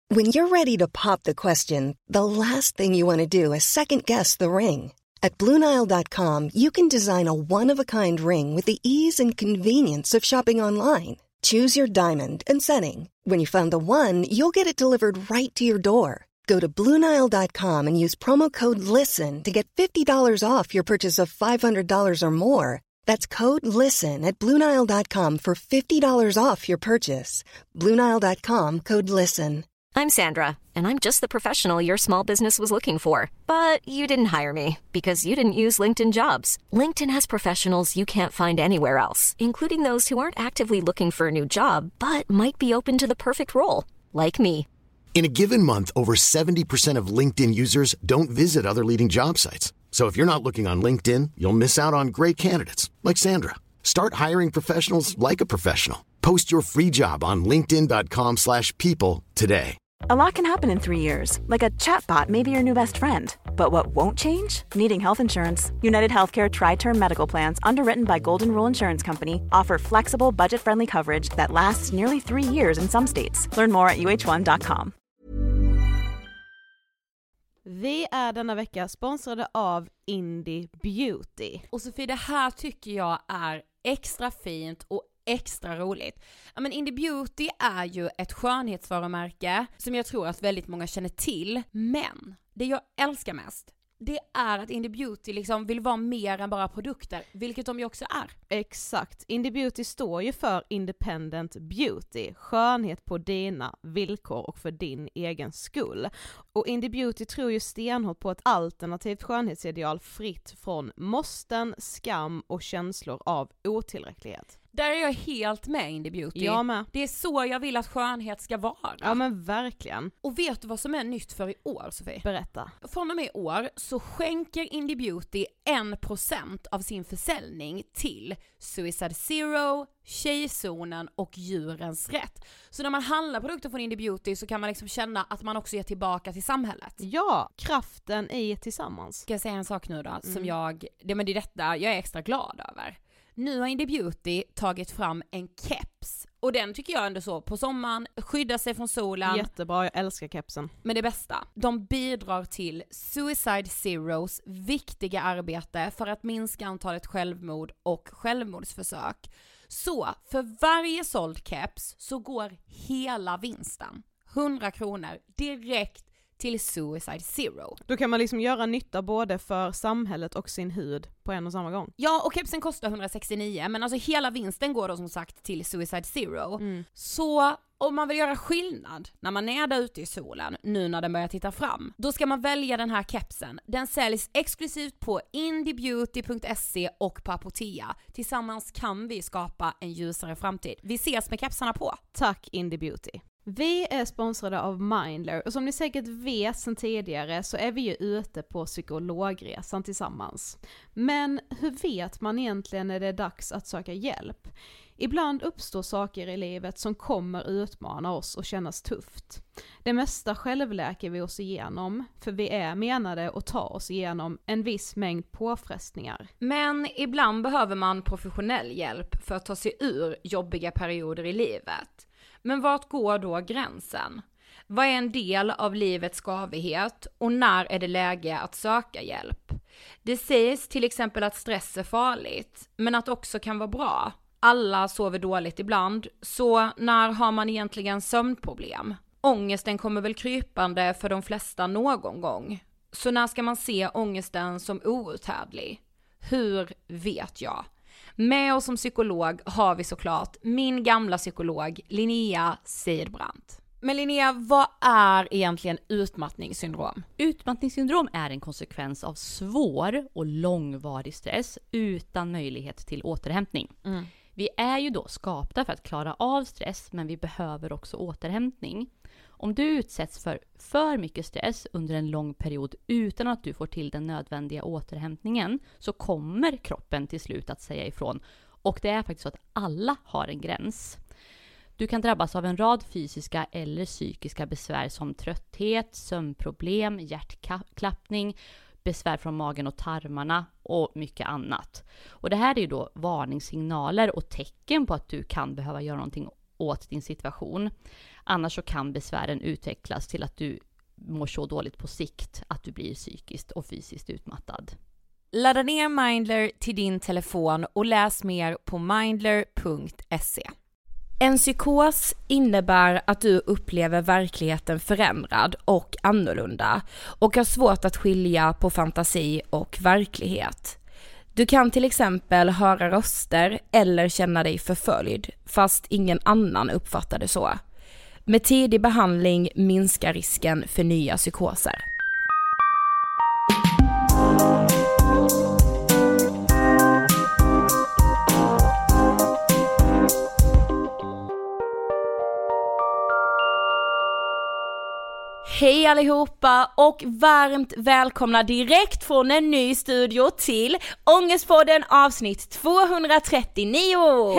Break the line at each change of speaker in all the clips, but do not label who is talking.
When you're ready to pop the question, the last thing you want to do is second-guess the ring. At BlueNile.com, you can design a one-of-a-kind ring with the ease and convenience of shopping online. Choose your diamond and setting. When you find the one, you'll get it delivered right to your door. Go to BlueNile.com and use promo code LISTEN to get $50 off your purchase of $500 or more. That's code LISTEN at BlueNile.com for $50 off your purchase. BlueNile.com, code LISTEN.
I'm Sandra, and I'm just the professional your small business was looking for. But you didn't hire me because you didn't use LinkedIn Jobs. LinkedIn has professionals you can't find anywhere else, including those who aren't actively looking for a new job, but might be open to the perfect role, like me.
In a given month, over 70% of LinkedIn users don't visit other leading job sites. So if you're not looking on LinkedIn, you'll miss out on great candidates like Sandra. Start hiring professionals like a professional. Post your free job on linkedin.com/people today.
A lot can happen in 3 years, like a chatbot may be your new best friend. But what won't change? Needing health insurance. United Healthcare Tri-Term Medical Plans, underwritten by Golden Rule Insurance Company, offer flexible, budget-friendly coverage that lasts nearly 3 years in some states. Learn more at uh1.com.
Vi är denna vecka sponsrade av Indie Beauty.
Och Sofie, det här tycker jag är extra fint och extra roligt. Ja, men Indie Beauty är ju ett skönhetsvarumärke som jag tror att väldigt många känner till. Men det jag älskar mest, det är att Indie Beauty liksom vill vara mer än bara produkter, vilket de ju också är.
Exakt. Indie Beauty står ju för Independent Beauty, skönhet på dina villkor och för din egen skull. Och Indie Beauty tror ju stenhårt på ett alternativt skönhetsideal fritt från måsten, skam och känslor av otillräcklighet.
Där är jag helt med Indie Beauty.
Jag med.
Det är så jag vill att skönhet ska vara.
Ja men verkligen.
Och vet du vad som är nytt för i år, Sofie?
Berätta.
Från och med i år så skänker Indie Beauty 1% av sin försäljning till Suicide Zero, Tjejzonen och Djurens Rätt. Så när man handlar produkter från Indie Beauty så kan man liksom känna att man också ger tillbaka till samhället.
Ja, kraften i tillsammans.
Ska jag säga en sak nu då som det är detta jag är extra glad över. Nu har Indie Beauty tagit fram en keps. Och den tycker jag ändå så på sommaren, skydda sig från solen.
Jättebra, jag älskar kepsen.
Men det bästa, de bidrar till Suicide Zeros viktiga arbete för att minska antalet självmord och självmordsförsök. Så för varje såld keps så går hela vinsten, 100 kronor, direkt till Suicide Zero.
Då kan man liksom göra nytta både för samhället och sin hud på en och samma gång.
Ja, och kepsen kostar 169, men alltså hela vinsten går då som sagt till Suicide Zero. Så om man vill göra skillnad när man är där ute i solen, nu när den börjar titta fram, då ska man välja den här kepsen. Den säljs exklusivt på indiebeauty.se och på Apotea. Tillsammans kan vi skapa en ljusare framtid. Vi ses med kepsarna på.
Tack Indie Beauty. Vi är sponsrade av Mindler och som ni säkert vet sedan tidigare så är vi ju ute på psykologresan tillsammans. Men hur vet man egentligen när det är dags att söka hjälp? Ibland uppstår saker i livet som kommer utmana oss och kännas tufft. Det mesta självläker vi oss igenom, för vi är menade att ta oss igenom en viss mängd påfrestningar.
Men ibland behöver man professionell hjälp för att ta sig ur jobbiga perioder i livet. Men vart går då gränsen? Vad är en del av livets skavighet och när är det läge att söka hjälp? Det sägs till exempel att stress är farligt, men att också kan vara bra. Alla sover dåligt ibland, så när har man egentligen sömnproblem? Ångesten kommer väl krypande för de flesta någon gång. Så när ska man se ångesten som outhärdlig? Hur vet jag? Med oss som psykolog har vi såklart min gamla psykolog Linnea Seidbrant. Men Linnea, vad är egentligen utmattningssyndrom?
Utmattningssyndrom är en konsekvens av svår och långvarig stress utan möjlighet till återhämtning. Vi är ju då skapta för att klara av stress, men vi behöver också återhämtning. Om du utsätts för mycket stress under en lång period utan att du får till den nödvändiga återhämtningen, så kommer kroppen till slut att säga ifrån. Och det är faktiskt så att alla har en gräns. Du kan drabbas av en rad fysiska eller psykiska besvär som trötthet, sömnproblem, hjärtklappning, besvär från magen och tarmarna och mycket annat. Och det här är ju då varningssignaler och tecken på att du kan behöva göra någonting åt din situation. Annars så kan besvären utvecklas till att du mår så dåligt på sikt att du blir psykiskt och fysiskt utmattad.
Ladda ner Mindler till din telefon och läs mer på mindler.se.
En psykos innebär att du upplever verkligheten förändrad och annorlunda och har svårt att skilja på fantasi och verklighet. Du kan till exempel höra röster eller känna dig förföljd, fast ingen annan uppfattar det så. Med tidig behandling minskar risken för nya psykoser. Hej allihopa och varmt välkomna direkt från en ny studio till Ångestpodden avsnitt 239.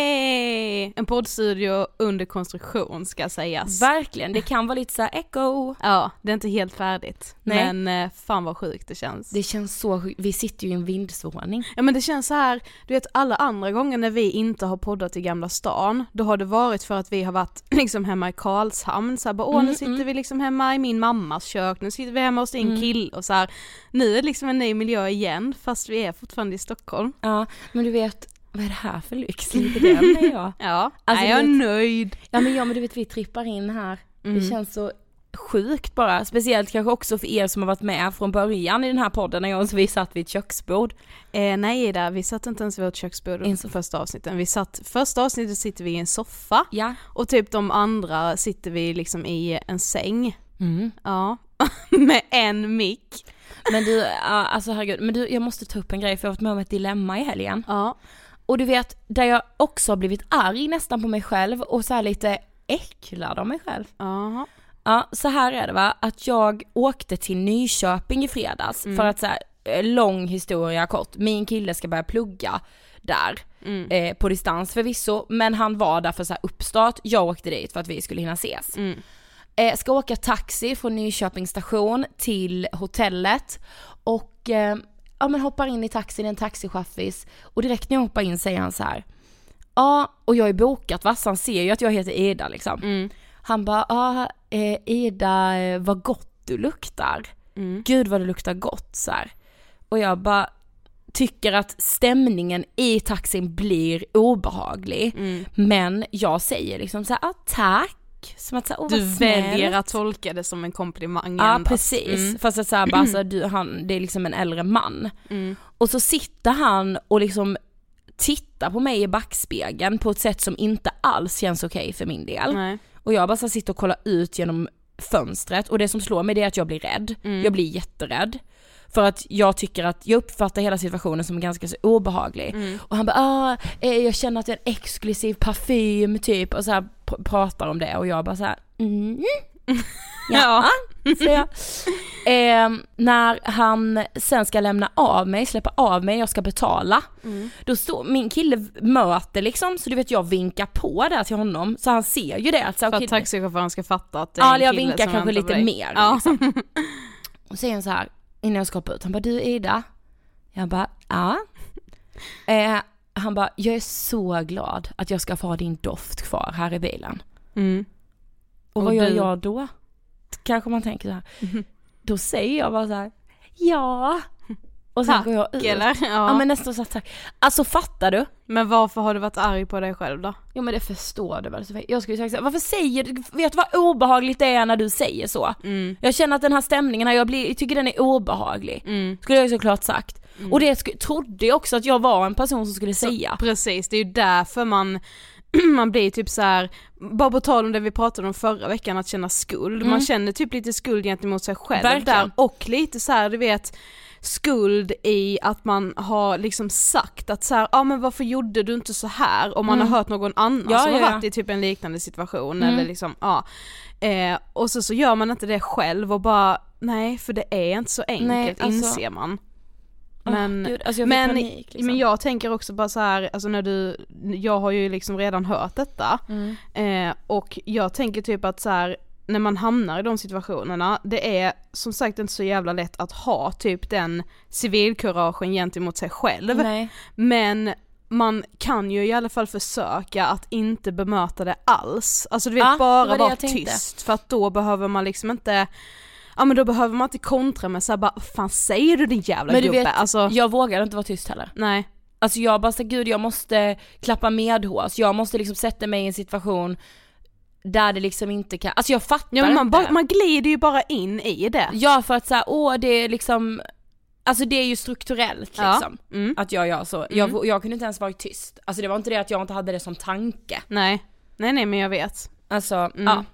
Hej! En poddstudio under konstruktion ska sägas.
Verkligen, det kan vara lite så här echo.
Ja, det är inte helt färdigt.
Nej.
Men fan vad sjukt det känns.
Det känns så sjukt, vi sitter ju i en vindsvåning.
Ja men det känns så här, du vet alla andra gånger när vi inte har poddat i Gamla stan, då har det varit för att vi har varit liksom hemma i Karlshamn. Så här, bara, nu sitter vi liksom hemma i min mammas kök, nu sitter vi hemma hos din kille och så här. Nu är det liksom en ny miljö igen, fast vi är fortfarande i Stockholm.
Ja, men du vet, vad är det här för lyx? Lite den är jag.
Ja,
alltså,
jag är nöjd.
Ja men du vet, vi trippar in här. Det känns så sjukt bara, speciellt kanske också för er som har varit med från början i den här podden när vi satt vid ett köksbord.
Nej där, vi satt inte ens vid ett köksbord i första avsnitten. Första avsnittet sitter vi i en soffa, ja. Och typ de andra sitter vi liksom i en säng. Ja, med en mick.
Men du, alltså herregud, men du, jag måste ta upp en grej för jag har varit med om ett dilemma i helgen.
Ja.
Och du vet, där jag också har blivit arg nästan på mig själv och så här lite äcklad av mig själv.
Aha.
Ja, så här är det va, att jag åkte till Nyköping i fredags för att så här, lång historia kort, min kille ska börja plugga där på distans förvisso, men han var där för så här uppstart, jag åkte dit för att vi skulle hinna ses. Ska åka taxi från Nyköping station till hotellet och ja men hoppar in i taxin, en taxichaffis, och direkt när jag hoppar in säger han så här: ja, och jag är bokat va, så han ser ju att jag heter Ida liksom. Han bara, Ida, vad gott du luktar. Gud vad du luktar gott så här. Och jag bara tycker att stämningen i taxin blir obehaglig. Men jag säger liksom så här, tack. Som att, så här,
du väljer att tolka det som en komplimang.
Ja,
endast.
precis. Fast att så här, bara, så det är liksom en äldre man. Och så sitter han och liksom tittar på mig i backspegeln på ett sätt som inte alls känns okej för min del.
Nej.
Och jag bara så sitter och kollar ut genom fönstret, och det som slår mig det är att jag blir rädd. Jag blir jätterädd. För att jag tycker att jag uppfattar hela situationen som ganska så obehaglig. Och han bara, jag känner att det är en exklusiv parfym typ, och så här pratar om det, och jag bara så här, ja. Så jag, när han sen ska släppa av mig, jag ska betala, då står min kille möter liksom, så du vet jag vinkar på där till honom, så han ser ju det. Alltså,
för att taxichauffören ska fatta att det är en
jag
kille
vinkar
som
kanske lite mer.
Ja.
Liksom. Och säger han så här, innan jag ska hoppa ut, han bara, du Ida? Jag bara, ja. Han bara, jag är så glad att jag ska få ha din doft kvar här i bilen. Och vad gör jag då? Kanske man tänker så här. Då säger jag bara så här, ja. Och sen går jag ut. Eller? Ja, men nästan så här. Alltså fattar du?
Men varför har du varit arg på dig själv då?
Jo men det förstår du väl. Jag skulle säga, varför säger du? Vet du vad obehagligt det är när du säger så? Jag känner att den här stämningen här, jag tycker den är obehaglig. Skulle jag såklart sagt. Och det trodde jag också att jag var en person som skulle säga.
Precis, det är ju därför man blir typ så här, bara på tal om det vi pratade om förra veckan, att känna skuld. Man känner typ lite skuld gentemot sig själv där, och lite så här, du vet, skuld i att man har liksom sagt att så här, men varför gjorde du inte så här? Om man har hört någon annan som har varit i typ en liknande situation eller liksom, och så gör man inte det själv och bara, nej, för det är inte så enkelt, inser man. Men,
Gud, alltså jag fick panik, liksom.
Men jag tänker också bara så här, alltså jag har ju liksom redan hört detta, och jag tänker typ att så här, när man hamnar i de situationerna, det är som sagt inte så jävla lätt att ha typ den civilkuragen gentemot sig själv.
Nej.
Men man kan ju i alla fall försöka att inte bemöta det alls. Alltså du vet, bara vara tyst, för att då behöver man liksom inte, ja men då behöver man inte kontra med så här, bara, fan säger du din jävla gubbe? Men du vet,
alltså, jag vågar inte vara tyst heller.
Nej.
Alltså jag bara så gud, jag måste klappa medhårs, jag måste liksom sätta mig i en situation där det liksom inte kan, alltså jag fattar inte.
Man glider ju bara in i det.
Ja, för att så här, det är liksom, alltså det är ju strukturellt liksom, att jag gör så. Jag kunde inte ens vara tyst. Alltså det var inte det att jag inte hade det som tanke.
Nej, men jag vet.
Alltså,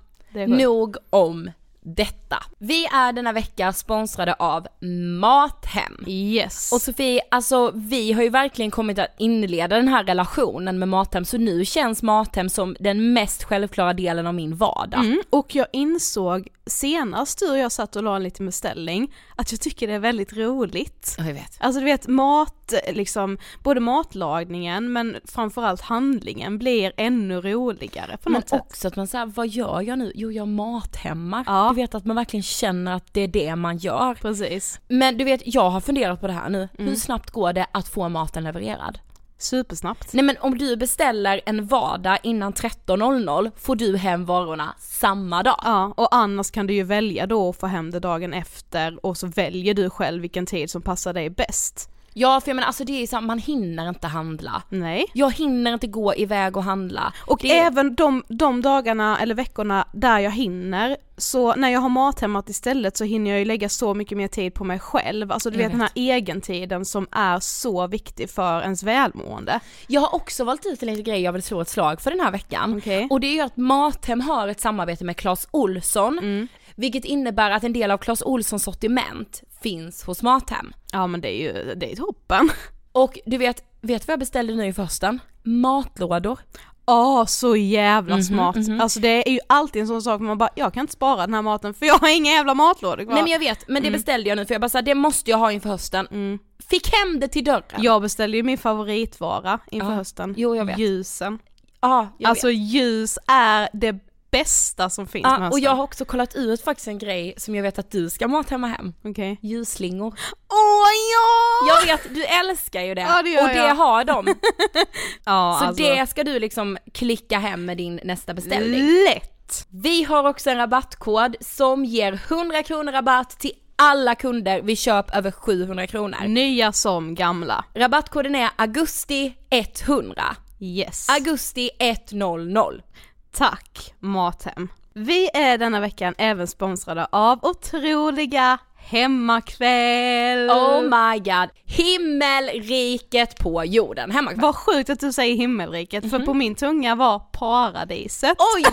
nog om detta. Vi är denna vecka sponsrade av Mathem.
Yes.
Och Sofie, alltså vi har ju verkligen kommit att inleda den här relationen med Mathem, så nu känns Mathem som den mest självklara delen av min vardag.
Och jag insåg senast du och jag satt och la en liten beställning att jag tycker det är väldigt roligt.
Jag vet.
Alltså du vet, liksom, både matlagningen men framförallt handlingen blir ännu roligare på något sätt.
Men också att man säger, vad gör jag nu? Jo, jag mathemmar. Ja. Du vet att man verkligen känner att det är det man gör.
Precis.
Men du vet, jag har funderat på det här nu. Hur snabbt går det att få maten levererad?
Supersnabbt.
Nej, men om du beställer en vardag innan 13.00 får du hem varorna samma dag.
Ja, och annars kan du ju välja då att få hem det dagen efter, och så väljer du själv vilken tid som passar dig bäst.
Ja, för jag menar, alltså det är så, man hinner inte handla.
Nej.
Jag hinner inte gå iväg och handla.
Och även de dagarna eller veckorna där jag hinner, så när jag har mathemmat istället så hinner jag ju lägga så mycket mer tid på mig själv. Alltså du vet den här egentiden som är så viktig för ens välmående.
Jag har också valt ut en liten grej jag vill slå ett slag för den här veckan.
Okay.
Och det är ju att Mathem har ett samarbete med Clas Ohlson. Vilket innebär att en del av Clas Ohlsons sortiment finns hos Mathem.
Ja, men det är toppen.
Och du vet vad jag beställde nu i försten? Matlådor.
Så jävla smart. Alltså det är ju alltid en sån sak man bara, jag kan inte spara den här maten för jag har inga jävla matlådor kvar.
Nej men jag vet, men det beställde jag nu för jag bara sa det måste jag ha inför hösten. Fick hem det till dörren.
Jag beställde ju min favoritvara inför hösten.
Jo, jag vet.
Ljusen.
Alltså
ljus är det bästa som finns med hösten.
Och jag har också kollat ut faktiskt en grej som jag vet att du ska mathemma hem.
Okej.
Ljusslingor.
Ja!
Jag vet, du älskar ju det.
Ja, det gör
och det
jag.
har de. Så
alltså.
det ska du liksom klicka hem med din nästa beställning.
Lätt!
Vi har också en rabattkod som ger 100 kronor rabatt till alla kunder vid köp över 700 kronor.
Nya som gamla.
Rabattkoden är augusti100.
Yes.
Augusti 100.
Tack Mathem. Vi är denna veckan även sponsrade av otroliga Hemmakväll.
Oh my god. Himmelriket på jorden. Hemmakväll.
Vad sjukt att du säger himmelriket, för på min tunga var paradiset.
Oj.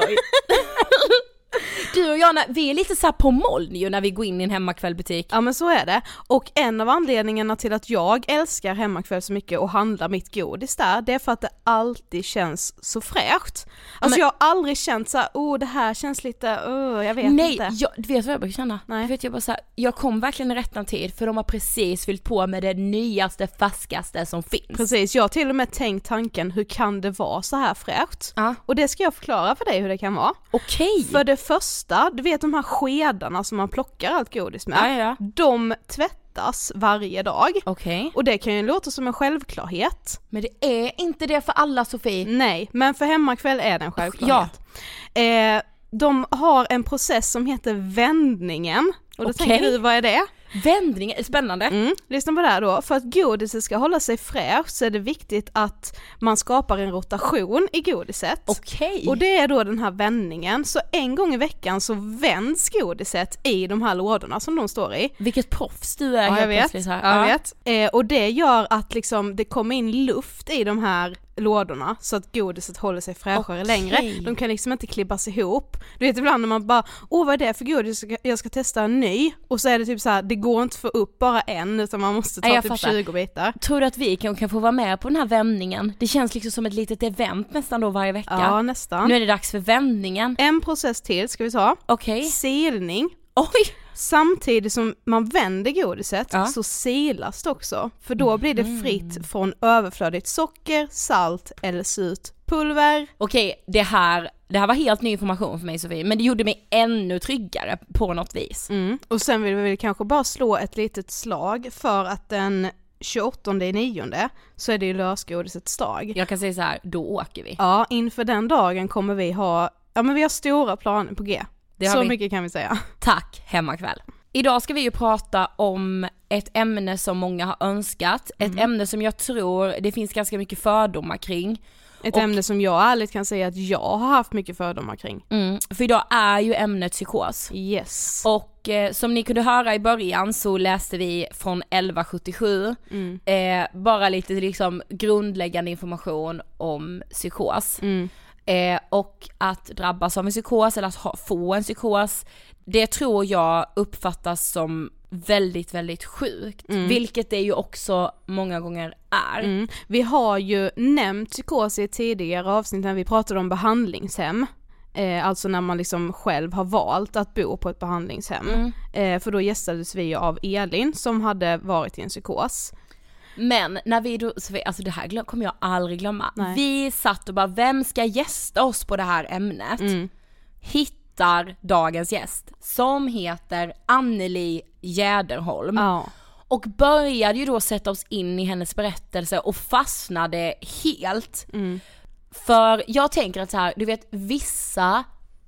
Du och jag, vi är lite så här på moln ju när vi går in i en Hemmakvällbutik.
Ja men så är det. Och en av anledningarna till att jag älskar Hemmakväll så mycket och handlar mitt godis där, det är för att det alltid känns så fräscht. Alltså jag har aldrig känt så här, det här känns lite, jag vet inte.
Nej, du vet vad jag brukar känna? Nej. Jag kom verkligen i rättan tid för de har precis fyllt på med det nyaste, färskaste som finns.
Precis, jag har till och med tänkt tanken, hur kan det vara så här fräscht? Och det ska jag förklara för dig hur det kan vara.
Okej.
För det första, du vet de här skedarna som man plockar allt godis med,
ja.
De tvättas varje dag.
Okej.
Och det kan ju låta som en självklarhet.
Men det är inte det för alla, Sofie.
Nej, men för Hemmakväll är det en självklarhet. Ja. De har en process som heter vändningen. Och då tänker du, vad är det?
Vändningen, spännande.
Lyssna på det här då. För att godiset ska hålla sig fräscht så är det viktigt att man skapar en rotation i godiset.
Okej.
Och det är då den här vändningen. Så en gång i veckan så vänds godiset i de här lådorna som de står i.
Vilket proffs du är.
Ja, jag vet.
Här.
Jag vet. Och det gör att liksom det kommer in luft i de här lådorna så att godiset håller sig fräschare längre. De kan liksom inte klibas ihop. Du vet ibland när man bara, vad är det för godis? Jag ska testa en ny. Och så är det typ så här, det går inte för upp bara en utan man måste ta typ 20 bitar.
Tror du att vi kan få vara med på den här vändningen? Det känns liksom som ett litet event nästan då varje vecka.
Ja, nästan.
Nu är det dags för vändningen.
En process till ska vi ta.
Okej.
Silning.
Oj!
Samtidigt som man vänder godiset så silas det också. För då blir det fritt från överflödigt socker, salt eller surt pulver.
Okej, det här var helt ny information för mig, Sofie, men det gjorde mig ännu tryggare på något vis.
Och sen vill vi kanske bara slå ett litet slag för att den 28/9 så är det ju lösgodisets dag.
Jag kan säga så här, då åker vi.
Ja, inför den dagen kommer vi ha, men vi har stora planer på G. Så mycket kan vi säga.
Tack, hemmakväll. Idag ska vi ju prata om ett ämne som många har önskat. Ett ämne som jag tror det finns ganska mycket fördomar kring.
Ett ämne som jag ärligt kan säga att jag har haft mycket fördomar kring.
För idag är ju ämnet psykos.
Yes.
Och som ni kunde höra i början så läste vi från 1177 bara lite liksom grundläggande information om psykos. Och att drabbas av en psykos eller att få en psykos, det tror jag uppfattas som väldigt, väldigt sjukt. Vilket det ju också många gånger är.
Vi har ju nämnt psykos i ett tidigare avsnitt när vi pratade om behandlingshem. Alltså när man liksom själv har valt att bo på ett behandlingshem. För då gästades vi av Elin som hade varit i en psykos.
Men när vi då, alltså det här kommer jag aldrig glömma.
Nej.
Vi satt och bara, vem ska gästa oss på det här ämnet? Hittar dagens gäst som heter Anneli Jäderholm. Och började ju då sätta oss in i hennes berättelse och fastnade helt. För jag tänker att så här, du vet, vissa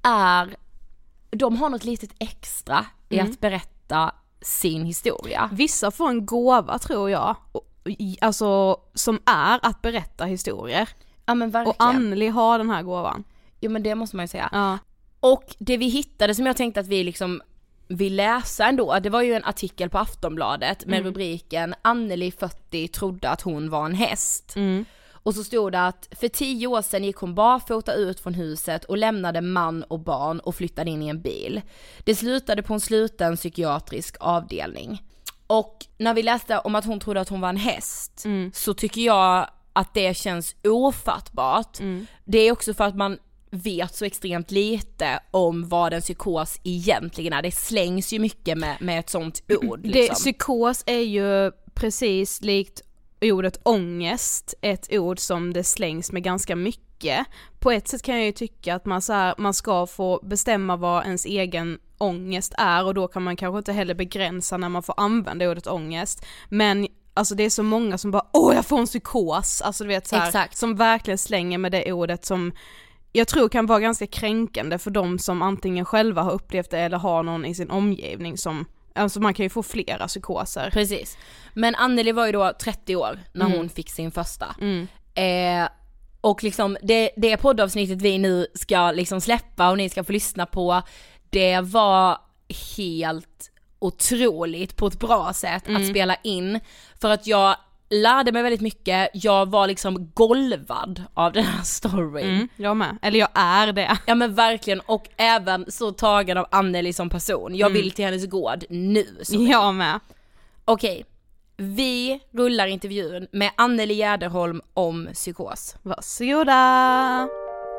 de har något litet extra i att berätta sin historia.
Vissa får en gåva tror jag, alltså som är att berätta historier.
Ja men verkligen.
Och Anneli har den här gåvan.
Jo men det måste man ju säga.
Ja.
Och det vi hittade som jag tänkte att vi liksom vill läsa ändå, det var ju en artikel på Aftonbladet med rubriken Anneli 40 trodde att hon var en häst. Och så stod det att för 10 år sedan gick hon barfota ut från huset och lämnade man och barn och flyttade in i en bil. Det slutade på en sluten psykiatrisk avdelning. Och när vi läste om att hon trodde att hon var en häst så tycker jag att det känns ofattbart. Det är också för att man vet så extremt lite om vad en psykos egentligen är. Det slängs ju mycket med ett sånt ord. Liksom.
Psykos är ju precis likt ordet ångest, ett ord som det slängs med ganska mycket. På ett sätt kan jag ju tycka att man ska få bestämma vad ens egen ångest är, och då kan man kanske inte heller begränsa när man får använda ordet ångest. Men alltså det är så många som bara, jag får en psykos. Alltså du vet så här,
exakt.
Som verkligen slänger med det ordet som jag tror kan vara ganska kränkande för de som antingen själva har upplevt det eller har någon i sin omgivning som, alltså man kan ju få flera psykoser.
Precis. Men Anneli var ju då 30 år när hon fick sin första. Och liksom det poddavsnittet vi nu ska liksom släppa och ni ska få lyssna på, det var helt otroligt på ett bra sätt att spela in. För att jag lärde mig väldigt mycket. Jag var liksom golvad av den här storyn.
Jag med. Eller jag är det.
Ja men verkligen. Och även så tagen av Anneli som person. Jag vill till hennes gård nu.
Jag med.
Okej. Vi rullar intervjun med Anneli Jäderholm om psykos.
Varsågoda!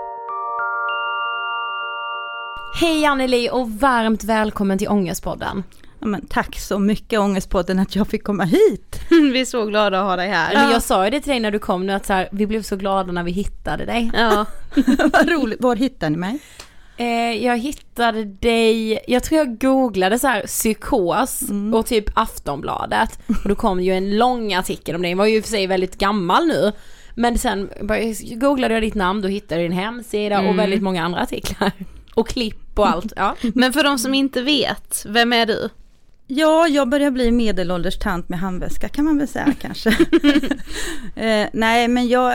Hej Anneli och varmt välkommen till Ångestpodden.
Ja, men tack så mycket Ångestpodden att jag fick komma hit.
Vi är så glada att ha dig här.
Men jag sa ju det till dig när du kom nu att så här, vi blev så glada när vi hittade dig.
Ja.
Vad roligt. Var hittade ni mig?
Jag hittade dig, jag tror jag googlade så här psykos och typ Aftonbladet. Och då kom ju en lång artikel om det. Den var ju för sig väldigt gammal nu. Men sen googlade jag ditt namn, då hittade jag din hemsida och väldigt många andra artiklar. Och klipp och allt. Ja.
Men för de som inte vet, vem är du?
Ja, jag börjar bli medelålders tant med handväska kan man väl säga kanske. Nej, men jag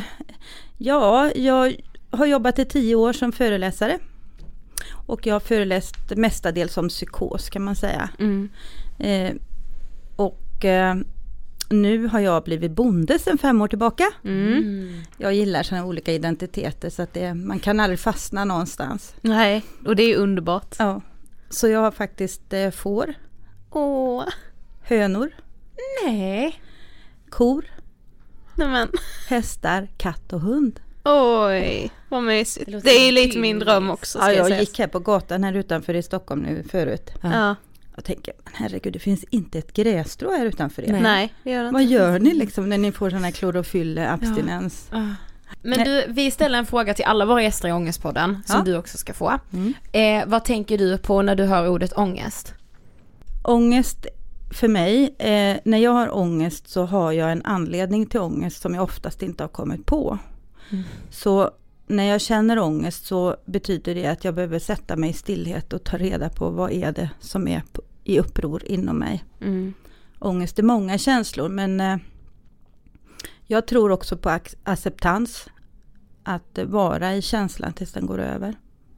har jobbat i 10 år som föreläsare. Och jag har föreläst mestadels om psykos kan man säga. Nu har jag blivit bonde sedan 5 år tillbaka. Jag gillar sådana olika identiteter så att man kan aldrig fastna någonstans.
Nej, och det är underbart.
Ja, så jag har faktiskt får. Hönor.
Nej.
Kor.
Nämen.
Hästar, katt och hund.
Oj, vad mysigt. Det är ju lite min dröm också.
Ja, jag gick här på gatan här utanför i Stockholm nu förut.
Ja.
Jag tänker, herregud, det finns inte ett grässtrå här utanför er.
Nej, det gör det inte.
Vad gör ni liksom när ni får sån här klorofyll-abstinens?
Ja. Men vi ställer en fråga till alla våra gäster i Ångestpodden som du också ska få. Vad tänker du på när du hör ordet ångest?
Ångest för mig, när jag har ångest så har jag en anledning till ångest som jag oftast inte har kommit på. Så när jag känner ångest så betyder det att jag behöver sätta mig i stillhet och ta reda på vad är det som är i uppror inom mig. Ångest är många känslor, men jag tror också på acceptans, att vara i känslan tills den går över.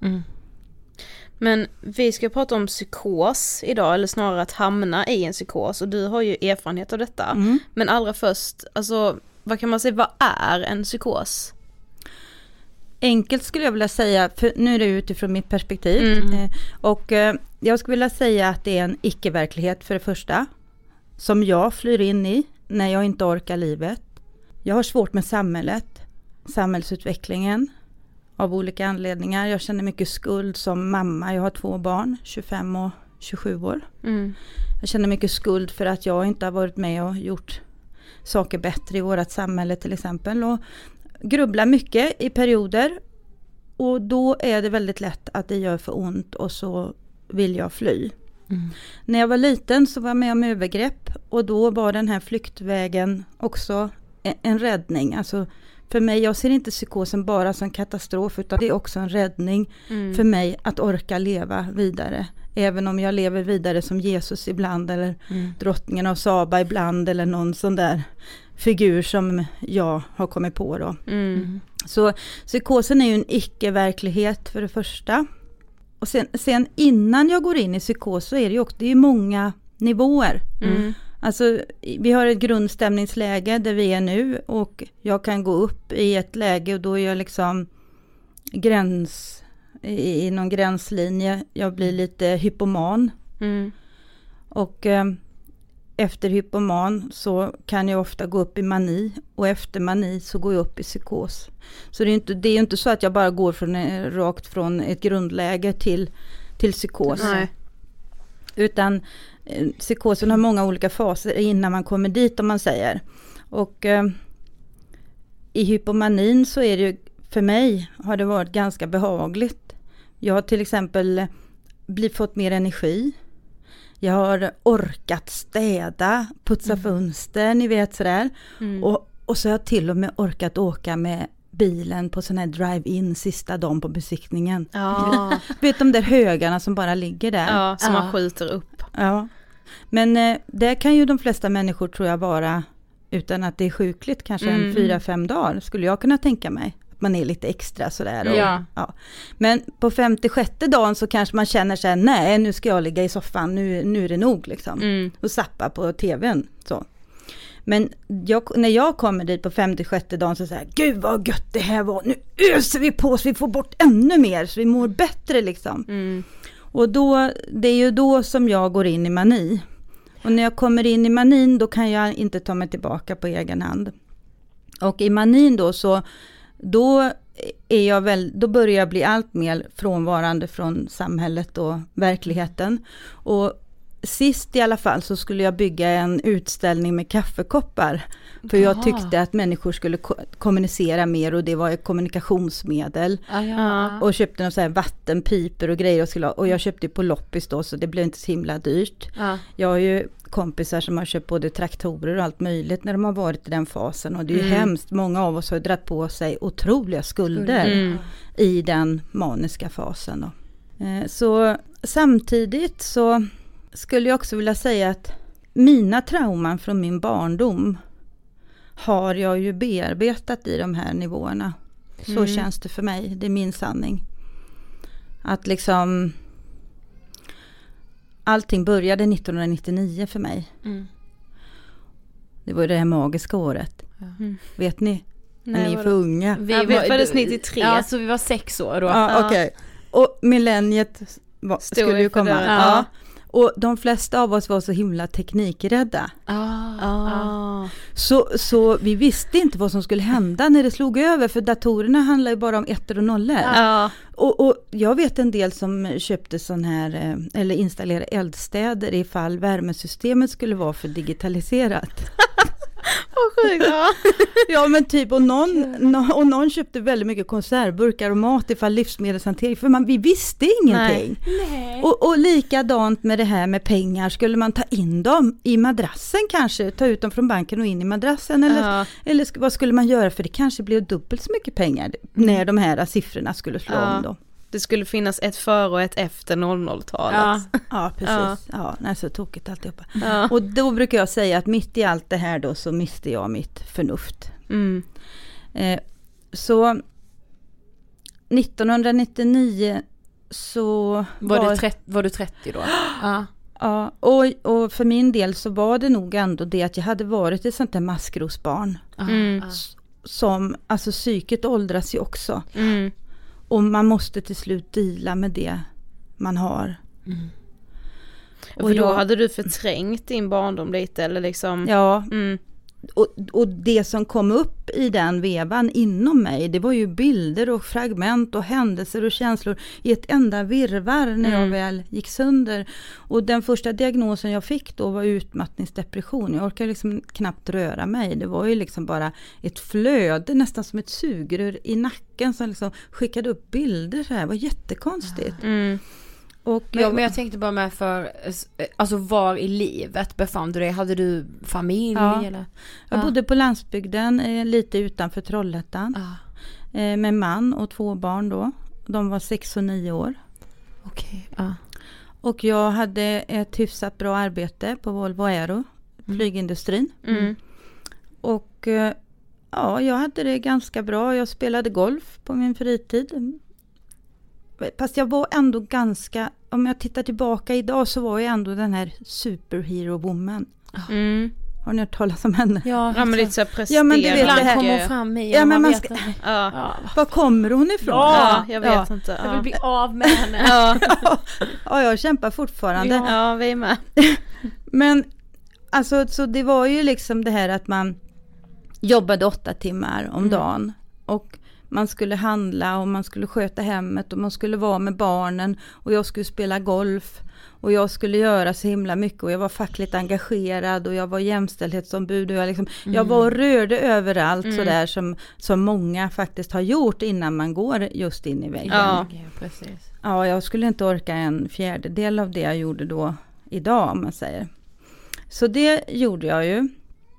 Men vi ska prata om psykos idag, eller snarare att hamna i en psykos, och du har ju erfarenhet av detta. Men allra först, alltså, vad kan man säga, vad är en psykos?
Enkelt skulle jag vilja säga, för nu är det utifrån mitt perspektiv. Och jag skulle vilja säga att det är en icke-verklighet för det första, som jag flyr in i när jag inte orkar livet. Jag har svårt med samhällsutvecklingen av olika anledningar. Jag känner mycket skuld som mamma. Jag har 2 barn, 25 och 27 år. Jag känner mycket skuld för att jag inte har varit med och gjort saker bättre i vårt samhälle till exempel. Och grubblar mycket i perioder. Och då är det väldigt lätt att det gör för ont och så vill jag fly. När jag var liten så var jag med om övergrepp, och då var den här flyktvägen också en räddning. Alltså för mig, jag ser inte psykosen bara som katastrof, utan det är också en räddning för mig att orka leva vidare. Även om jag lever vidare som Jesus ibland, eller drottningen av Saba ibland, eller någon sån där figur som jag har kommit på då. Så psykosen är ju en icke-verklighet för det första. Och sen innan jag går in i psykos så är det ju också, det är många nivåer. Alltså vi har ett grundstämningsläge där vi är nu, och jag kan gå upp i ett läge och då är jag liksom i någon gränslinje. Jag blir lite hypoman. Och efter hypoman så kan jag ofta gå upp i mani, och efter mani så går jag upp i psykos. Så det är ju inte så att jag bara går rakt från ett grundläge till psykos.
Nej.
Utan psykosen har många olika faser innan man kommer dit, om man säger. Och i hypomanin så är det ju, för mig har det varit ganska behagligt. Jag har till exempel fått mer energi. Jag har orkat städa, putsa fönster, ni vet sådär. Och så har jag till och med orkat åka med bilen på sån här drive-in sista dagen på besiktningen. Vet de där högarna som bara ligger där?
Ja, som man skjuter upp.
Ja. Men det kan ju de flesta människor, tror jag, vara utan att det är sjukligt, kanske en 4-5 dagar skulle jag kunna tänka mig. Att man är lite extra sådär. Ja. Men på 56:e dagen så kanske man känner sig, nej, nu ska jag ligga i soffan, nu är det nog liksom. Och zappa på tvn. Så. Men när jag kommer dit på 56:e dagen så säger jag, gud vad gött det här var, nu öser vi på så vi får bort ännu mer så vi mår bättre liksom. Och det är ju då som jag går in i mani. Och när jag kommer in i manin, då kan jag inte ta mig tillbaka på egen hand. Och i manin då börjar jag bli allt mer frånvarande från samhället och verkligheten. Och sist i alla fall så skulle jag bygga en utställning med kaffekoppar. För jag tyckte att människor skulle kommunicera mer, och det var ett kommunikationsmedel. Och köpte någon så här vattenpiper och grejer. Och jag köpte på loppis då, så det blev inte så himla dyrt. Jag har ju kompisar som har köpt både traktorer och allt möjligt när de har varit i den fasen. Och det är ju hemskt. Många av oss har dratt på sig otroliga skulder i den maniska fasen då. Så samtidigt så skulle jag också vilja säga att mina trauman från min barndom har jag ju bearbetat i de här nivåerna. Så känns det för mig. Det är min sanning. Att liksom allting började 1999 för mig. Det var ju det här magiska året. Vet ni? När ni är för unga.
Vi föddes 93.
Ja, så vi var 6 år då.
Ja, okej. Och millenniet skulle ju komma. Ja. Och de flesta av oss var så himla teknikrädda. Så vi visste inte vad som skulle hända när det slog över. För datorerna handlar ju bara om 1 och 0. Och jag vet en del som köpte sån här, eller installerade eldstäder ifall värmesystemet skulle vara för digitaliserat.
Vad sjukt.
Ja men typ, och någon köpte väldigt mycket konservburkar och mat ifall livsmedelshantering, för vi visste ingenting. Nej. Och likadant med det här med pengar, skulle man ta in dem i madrassen kanske, ta ut dem från banken och in i madrassen, eller vad skulle man göra, för det kanske blev dubbelt så mycket pengar när de här siffrorna skulle slå om då.
Det skulle finnas ett före och ett efter 00-talet.
Ja, precis. Ja, så tokigt alltihopa. Ja. Och då brukar jag säga att mitt i allt det här då så miste jag mitt förnuft. Så 1999 så
var du 30 då?
Ja, och för min del så var det nog ändå det att jag hade varit ett sånt där maskrosbarn. Som, alltså psyket åldras ju också. Och man måste till slut deala med det man har.
Och då hade du förträngt din barndom lite, eller liksom?
Ja, och det som kom upp i den vevan inom mig, det var ju bilder och fragment och händelser och känslor i ett enda virrvarr när jag väl gick sönder. Och den första diagnosen jag fick då var utmattningsdepression. Jag orkade liksom knappt röra mig. Det var ju liksom bara ett flöde, nästan som ett sugrör i nacken som liksom skickade upp bilder så här. Det var jättekonstigt. Och
men jag tänkte bara med alltså var i livet befann du dig? Hade du familj? Eller?
Jag bodde på landsbygden lite utanför Trollhättan med man och 2 barn då. De var 6 och 9 år.
Okej.
Och jag hade ett hyfsat bra arbete på Volvo Aero, flygindustrin. Och jag hade det ganska bra. Jag spelade golf på min fritid. Fast jag var ändå ganska, om jag tittar tillbaka idag så var jag ändå den här superhero-woman. Har ni hört talas om henne?
Ja, men lite så presterande.
Ja, men du vet,
ibland kommer hon fram i.
Ja, men var kommer hon ifrån?
Ja, jag vet inte.
Jag vill bli av med henne.
Ja, jag kämpar fortfarande.
Ja, vi är med.
Men alltså, så det var ju liksom det här att man jobbade 8 timmar om dagen. Och man skulle handla och man skulle sköta hemmet och man skulle vara med barnen och jag skulle spela golf och jag skulle göra så himla mycket och jag var fackligt engagerad och jag var jämställdhetsombud och jag var och rörde överallt sådär som många faktiskt har gjort innan man går just in i väggen.
Ja, precis.
Ja, jag skulle inte orka 1/4 av det jag gjorde då idag, om man säger. Så det gjorde jag ju.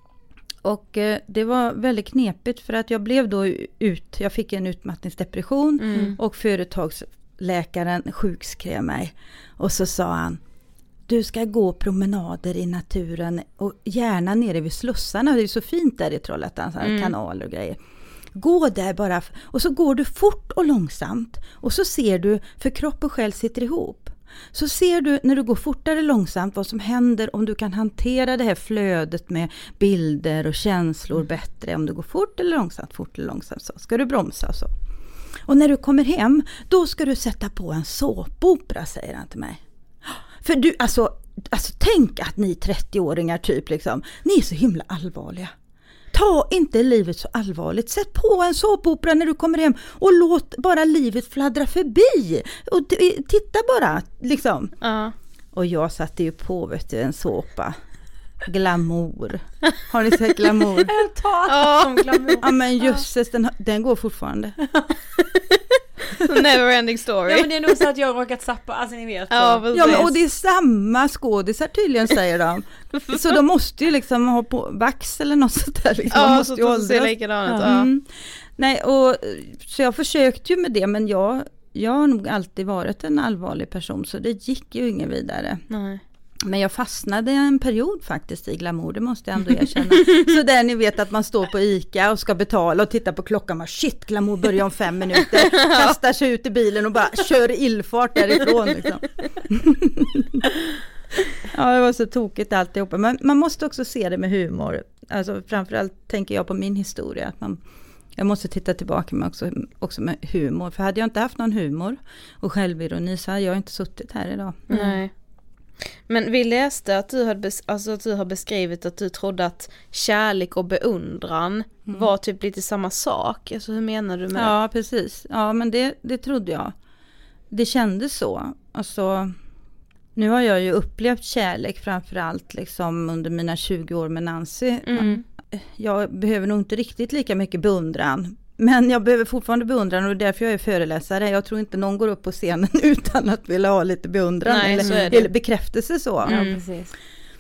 Och det var väldigt knepigt för att jag blev då jag fick en utmattningsdepression och företagsläkaren sjukskrev mig. Och så sa han, du ska gå promenader i naturen och gärna nere vid slussarna. Det är så fint där i Trollhättan, kanaler och grejer. Gå där bara och så går du fort och långsamt och så ser du, för kropp och själ sitter ihop. Så ser du när du går fortare långsamt vad som händer om du kan hantera det här flödet med bilder och känslor bättre. Om du går fort eller långsamt så ska du bromsa och så. Och när du kommer hem, då ska du sätta på en såpopera, säger han till mig. För du, alltså tänk att ni 30-åringar typ liksom, ni är så himla allvarliga. Ta inte livet så allvarligt. Sätt på en såpopera när du kommer hem och låt bara livet fladdra förbi. Och titta bara, liksom. Och jag satte ju på, en såpa. Glamour. Har ni sett Glamour?
Om Glamour.
Ja, men jösses, den går fortfarande.
Never ending story.
Ja, men det är nog så att jag har råkat sappa, alltså ni vet.
Ja, men, och det är samma skådisar tydligen, säger de. Så de måste ju liksom ha på vax eller något sånt där. Liksom.
Ja,
måste
så ser likadant ut.
Nej, och så jag försökte ju med det, men jag har nog alltid varit en allvarlig person, så det gick ju ingen vidare.
Nej.
Men jag fastnade en period faktiskt i Glamour, det måste jag ändå erkänna. Så där ni vet att man står på ICA och ska betala och titta på klockan och shit, Glamour börjar om 5 minuter. Kastar sig ut i bilen och bara kör illfart därifrån liksom. Ja, det var så tokigt alltihopa. Men man måste också se det med humor. Alltså framförallt tänker jag på min historia. Att jag måste titta tillbaka med också med humor. För hade jag inte haft någon humor och självironi så hade jag inte suttit här idag.
Nej. Men vi läste att du har beskrivit att du trodde att kärlek och beundran var typ lite samma sak. Alltså hur menar du med det?
Ja, precis. Ja, men det trodde jag. Det kändes så. Alltså, nu har jag ju upplevt kärlek framförallt liksom under mina 20 år med Nancy. jag behöver nog inte riktigt lika mycket beundran. Men jag behöver fortfarande beundran och därför jag är föreläsare. Jag tror inte någon går upp på scenen utan att vilja ha lite beundran.
Nej,
eller bekräftelse så.
Ja, precis.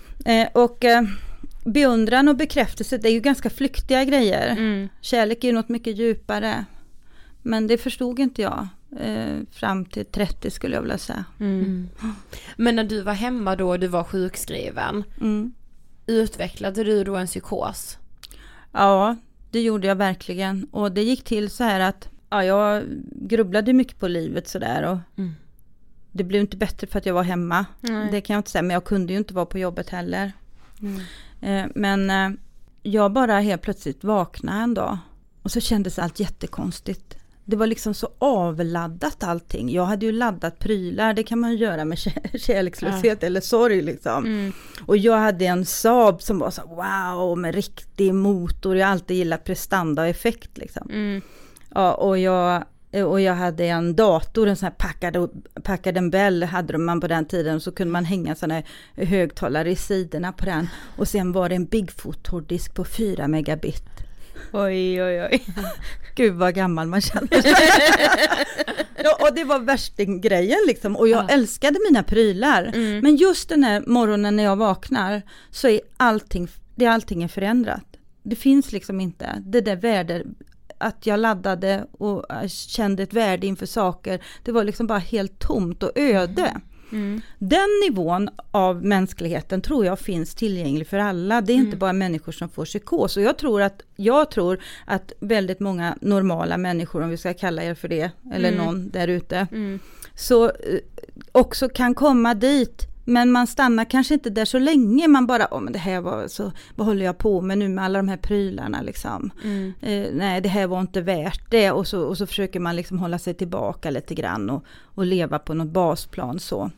Beundran och bekräftelse, det är ju ganska flyktiga grejer. Kärlek är ju något mycket djupare. Men det förstod inte jag. Fram till 30 skulle jag vilja säga.
Men när du var hemma då, du var sjukskriven, utvecklade du då en psykos?
Ja, det gjorde jag verkligen. Och det gick till så här att jag grubblade mycket på livet sådär. Och det blev inte bättre för att jag var hemma. Det kan jag inte säga, men jag kunde ju inte vara på jobbet heller. Men jag bara helt plötsligt vaknade en dag. Och så kändes allt jättekonstigt. Det var liksom så avladdat allting. Jag hade ju laddat prylar. Det kan man ju göra med kärlekslöshet eller sorg liksom. Och jag hade en Saab som var så wow, med riktig motor. Jag har alltid gillat prestanda och effekt liksom. Ja, och jag hade en dator, en sån här packad en Bell hade man på den tiden. Och så kunde man hänga såna här högtalare i sidorna på den. Och sen var det en Bigfoot-hårddisk på 4 megabit.
Oj.
Gud vad gammal man känner. Ja, och det var värstinggrejen liksom. Och jag älskade mina prylar. Men just den här morgonen när jag vaknar så är allting är förändrat. Det finns liksom inte det där värdet att jag laddade och kände ett värde inför saker. Det var liksom bara helt tomt och öde. Den nivån av mänskligheten tror jag finns tillgänglig för alla. Det är inte bara människor som får psykos. Och jag tror att väldigt många normala människor, om vi ska kalla er för det, eller någon där ute, så också kan komma dit. Men man stannar kanske inte där så länge. Man bara, men det här var så, vad håller jag på med nu med alla de här prylarna liksom. Nej, det här var inte värt det. Och så försöker man liksom hålla sig tillbaka lite grann och leva på något basplan så.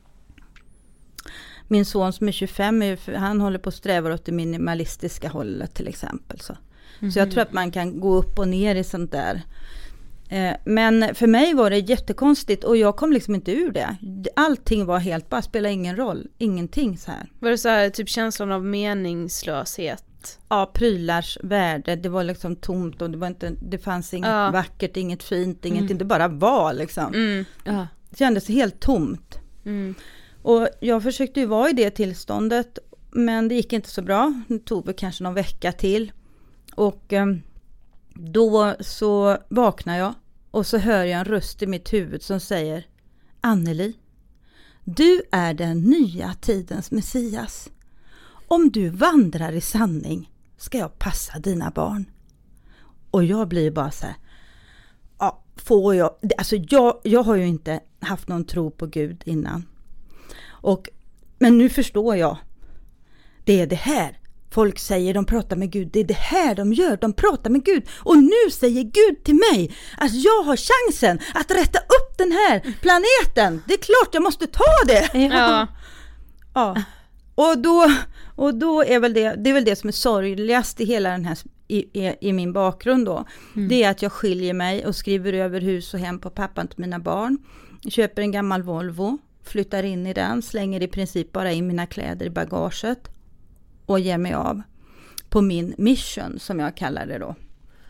Min son som är 25, han håller på att sträva åt det minimalistiska hållet till exempel. Så jag tror att man kan gå upp och ner i sånt där. Men för mig var det jättekonstigt och jag kom liksom inte ur det. Allting var helt, bara spelade ingen roll. Ingenting så här.
Var det så här typ känslan av meningslöshet?
Ja, prylars värde. Det var liksom tomt och det fanns inget vackert, inget fint, ingenting. Det bara var liksom. Det kändes helt tomt. Och jag försökte ju vara i det tillståndet, men det gick inte så bra. Det tog väl kanske någon vecka till. Och då så vaknar jag och så hör jag en röst i mitt huvud som säger: Anneli, du är den nya tidens Messias. Om du vandrar i sanning ska jag passa dina barn. Och jag blir bara så här, får jag, alltså jag har ju inte haft någon tro på Gud innan. Men nu förstår jag. Det är det här. Folk säger de pratar med Gud. Det är det här de gör. De pratar med Gud. Och nu säger Gud till mig att jag har chansen att rätta upp den här planeten. Det är klart jag måste ta det. Ja. Och då är väl det är väl det som är sorgligast i hela den här i min bakgrund då. Det är att jag skiljer mig och skriver över hus och hem på pappan till mina barn. Köper en gammal Volvo, flyttar in i den, slänger i princip bara in mina kläder i bagaget och ger mig av på min mission som jag kallar det då.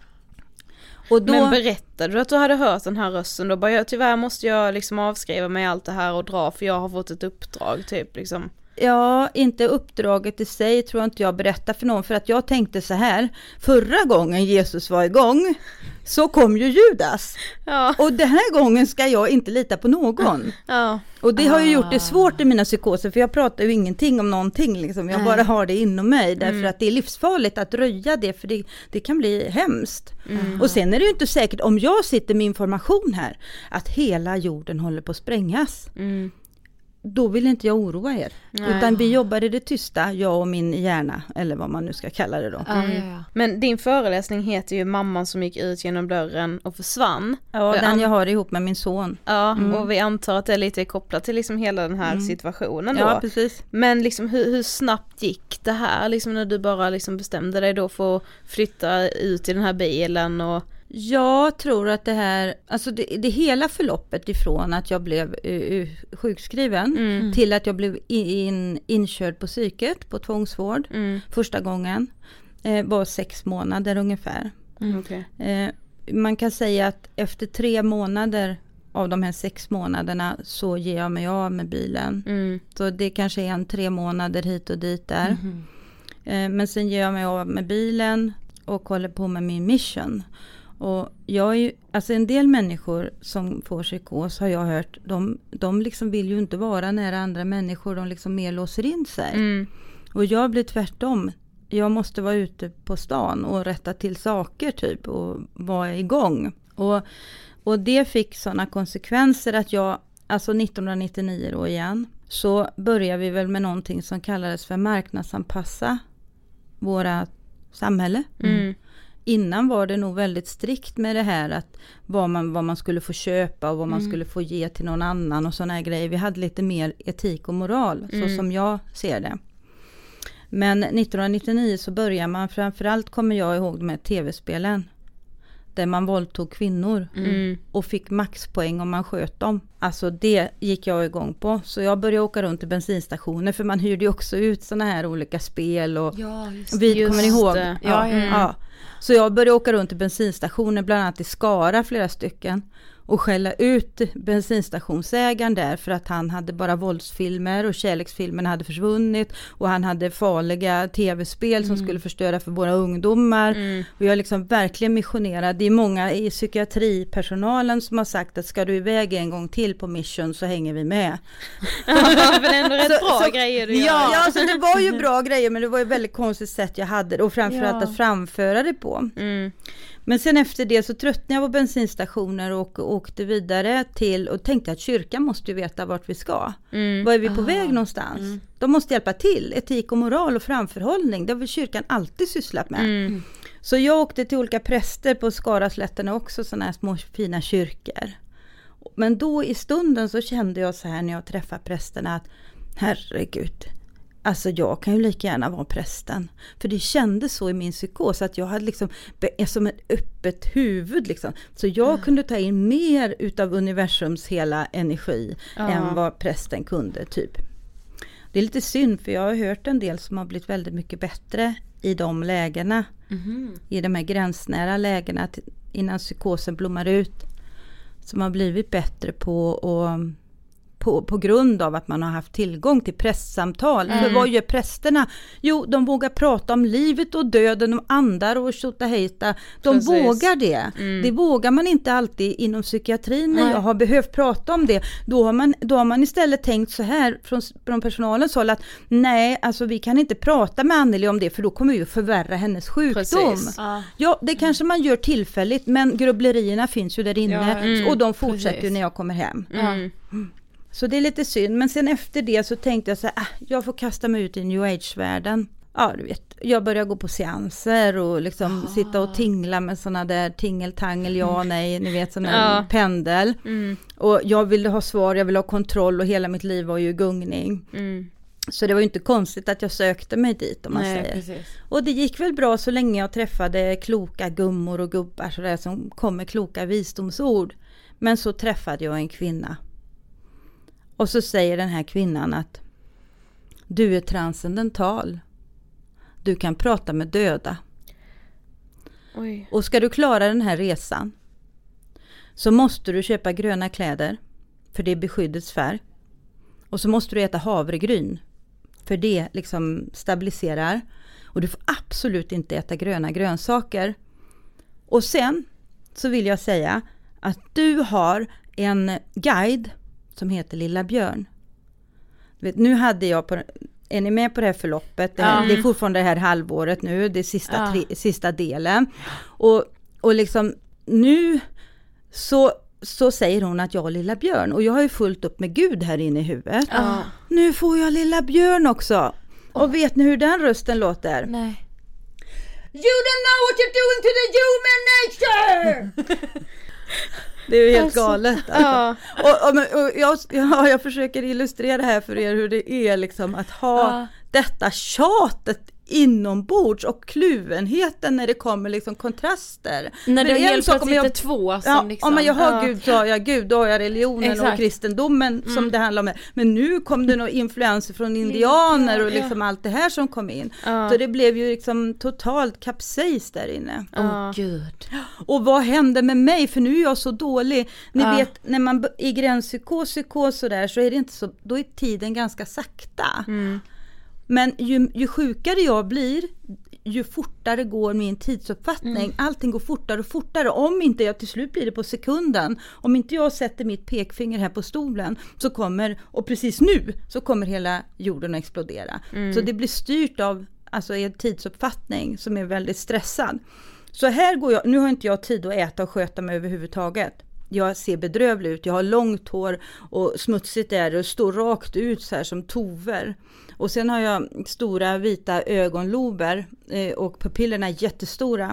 Och då.
Men berättade du att du hade hört den här rösten då? Bara, tyvärr måste jag liksom avskriva mig allt det här och dra för jag har fått ett uppdrag typ liksom.
Ja, inte uppdraget i sig tror jag inte jag berättar för någon. För att jag tänkte så här, förra gången Jesus var igång så kom ju Judas. Ja. Och den här gången ska jag inte lita på någon. Ja. Och det har ju gjort det svårt i mina psykoser, för jag pratar ju ingenting om någonting. Liksom. Jag bara har det inom mig, därför att det är livsfarligt att röja det, för det kan bli hemskt. Och sen är det ju inte säkert, om jag sitter med information här, att hela jorden håller på att sprängas. Då vill inte jag oroa er. Nej. Utan vi jobbar i det tysta, jag och min hjärna, eller vad man nu ska kalla det då.
Men din föreläsning heter ju Mamman som gick ut genom dörren och försvann.
Ja, den jag har ihop med min son.
Ja, och vi antar att det är lite kopplat till liksom hela den här situationen då.
Ja, precis.
Men liksom hur snabbt gick det här, liksom när du bara liksom bestämde dig då för att flytta ut i den här bilen och...
Jag tror att det här, alltså det hela förloppet ifrån att jag blev sjukskriven till att jag blev inkörd på psyket, på tvångsvård första gången. var 6 månader ungefär.
Okay.
Man kan säga att efter 3 månader av de här 6 månaderna så ger jag mig av med bilen. Så det kanske är 3 månader hit och dit där. Men sen ger jag mig av med bilen och håller på med min mission. Och jag är ju, alltså en del människor som får psykos har jag hört, de liksom vill ju inte vara nära andra människor, de liksom mer låser in sig. Och jag blir tvärtom. Jag måste vara ute på stan och rätta till saker typ och vara igång. Och det fick sådana konsekvenser att jag, alltså 1999 då igen, så började vi väl med någonting som kallades för marknadsanpassa våra samhälle. Innan var det nog väldigt strikt med det här att vad man skulle få köpa och vad man skulle få ge till någon annan och sådana här grejer. Vi hade lite mer etik och moral, så som jag ser det. Men 1999 så började man, framförallt kommer jag ihåg de här tv-spelen där man våldtog kvinnor och fick maxpoäng om man sköt dem. Alltså det gick jag igång på. Så jag började åka runt i bensinstationer, för man hyrde ju också ut såna här olika spel och vi kommer ihåg. Ja. Så jag började åka runt i bensinstationer, bland annat i Skara flera stycken, och skälla ut bensinstationsägaren där för att han hade bara våldsfilmer och kärleksfilmerna hade försvunnit och han hade farliga tv-spel som skulle förstöra för våra ungdomar. Och jag är liksom verkligen missionerad. Det är många i psykiatripersonalen som har sagt att ska du iväg en gång till på mission så hänger vi med.
Det var ändå rätt bra grejer du gör.
Ja, så det var ju bra grejer, men det var ju väldigt konstigt sätt jag hade det, och framförallt att framföra det på. Men sen efter det så tröttnade jag på bensinstationer och åkte vidare till och tänkte att kyrkan måste ju veta vart vi ska. Var är vi på väg någonstans? De måste hjälpa till. Etik och moral och framförhållning, det har väl kyrkan alltid sysslat med. Så jag åkte till olika präster på Skaraslätterna också, sådana här små fina kyrkor. Men då i stunden så kände jag så här när jag träffade prästerna att herregud, alltså jag kan ju lika gärna vara prästen. För det kändes så i min psykos att jag hade liksom som ett öppet huvud liksom. Så jag kunde ta in mer utav universums hela energi än vad prästen kunde typ. Det är lite synd, för jag har hört en del som har blivit väldigt mycket bättre i de lägena. I de här gränsnära lägena innan psykosen blommar ut. Som har blivit bättre på grund av att man har haft tillgång till prästsamtal. För vad gör prästerna? Jo, de vågar prata om livet och döden, om andar och tjotahejta. De vågar det. Det vågar man inte alltid inom psykiatrin. När jag har behövt prata om det, då har man istället tänkt så här från personalens håll att nej, alltså vi kan inte prata med Anneli om det, för då kommer vi att förvärra hennes sjukdom. Ja, det kanske man gör tillfälligt, men grubblerierna finns ju där inne och de fortsätter ju när jag kommer hem. Så det är lite synd. Men sen efter det så tänkte jag så här, jag får kasta mig ut i New Age-världen. Ja, du vet. Jag börjar gå på seanser och liksom sitta och tingla med såna där tingeltangel, nej, ni vet, såna pendel. Och jag ville ha svar, jag ville ha kontroll och hela mitt liv var ju gungning. Så det var ju inte konstigt att jag sökte mig dit, om man säger. Precis. Och det gick väl bra så länge jag träffade kloka gummor och gubbar så där, som kom med kloka visdomsord. Men så träffade jag en kvinna. Och så säger den här kvinnan att du är transcendental. Du kan prata med döda.
Oj.
Och ska du klara den här resan så måste du köpa gröna kläder, för det är beskyddets färg. Och så måste du äta havregryn, för det liksom stabiliserar. Och du får absolut inte äta gröna grönsaker. Och sen så vill jag säga att du har en guide som heter Lilla Björn. Du vet, nu hade jag är ni med på det här förloppet? Det är fortfarande det här halvåret nu, det är sista delen. Och liksom nu så säger hon att jag har Lilla Björn. Och jag har ju fullt upp med Gud här inne i huvudet. Nu får jag Lilla Björn också. Och vet ni hur den rösten låter?
Nej.
You don't know what you're doing to the human nature! Det är ju helt galet. Och jag försöker illustrera här för er hur det är liksom att ha detta tjatet inombords och kluvenheten när det kommer liksom kontraster.
När det är helt
sak,
plötsligt inte två som liksom...
Om jag har Gud så har jag Gud, då har jag religionen. Exakt. Och kristendomen som det handlar om. Men nu kom det några influenser från indianer och liksom allt det här som kom in. Så det blev ju liksom totalt kapsejs där inne.
Gud.
Och vad hände med mig? För nu är jag så dålig. Ni vet, när man i gränspsykos och där så är det inte så, då är tiden ganska sakta. Men ju sjukare jag blir, ju fortare går min tidsuppfattning. Allting går fortare och fortare. Om inte jag, till slut blir det på sekunden. Om inte jag sätter mitt pekfinger här på stolen så kommer, och precis nu, så kommer hela jorden att explodera. Så det blir styrt av alltså en tidsuppfattning som är väldigt stressad. Så här går jag, nu har inte jag tid att äta och sköta mig överhuvudtaget. Jag ser bedrövlig ut, jag har långt hår och smutsigt är det och står rakt ut så här som tover. Och sen har jag stora vita ögonlober och pupillerna är jättestora.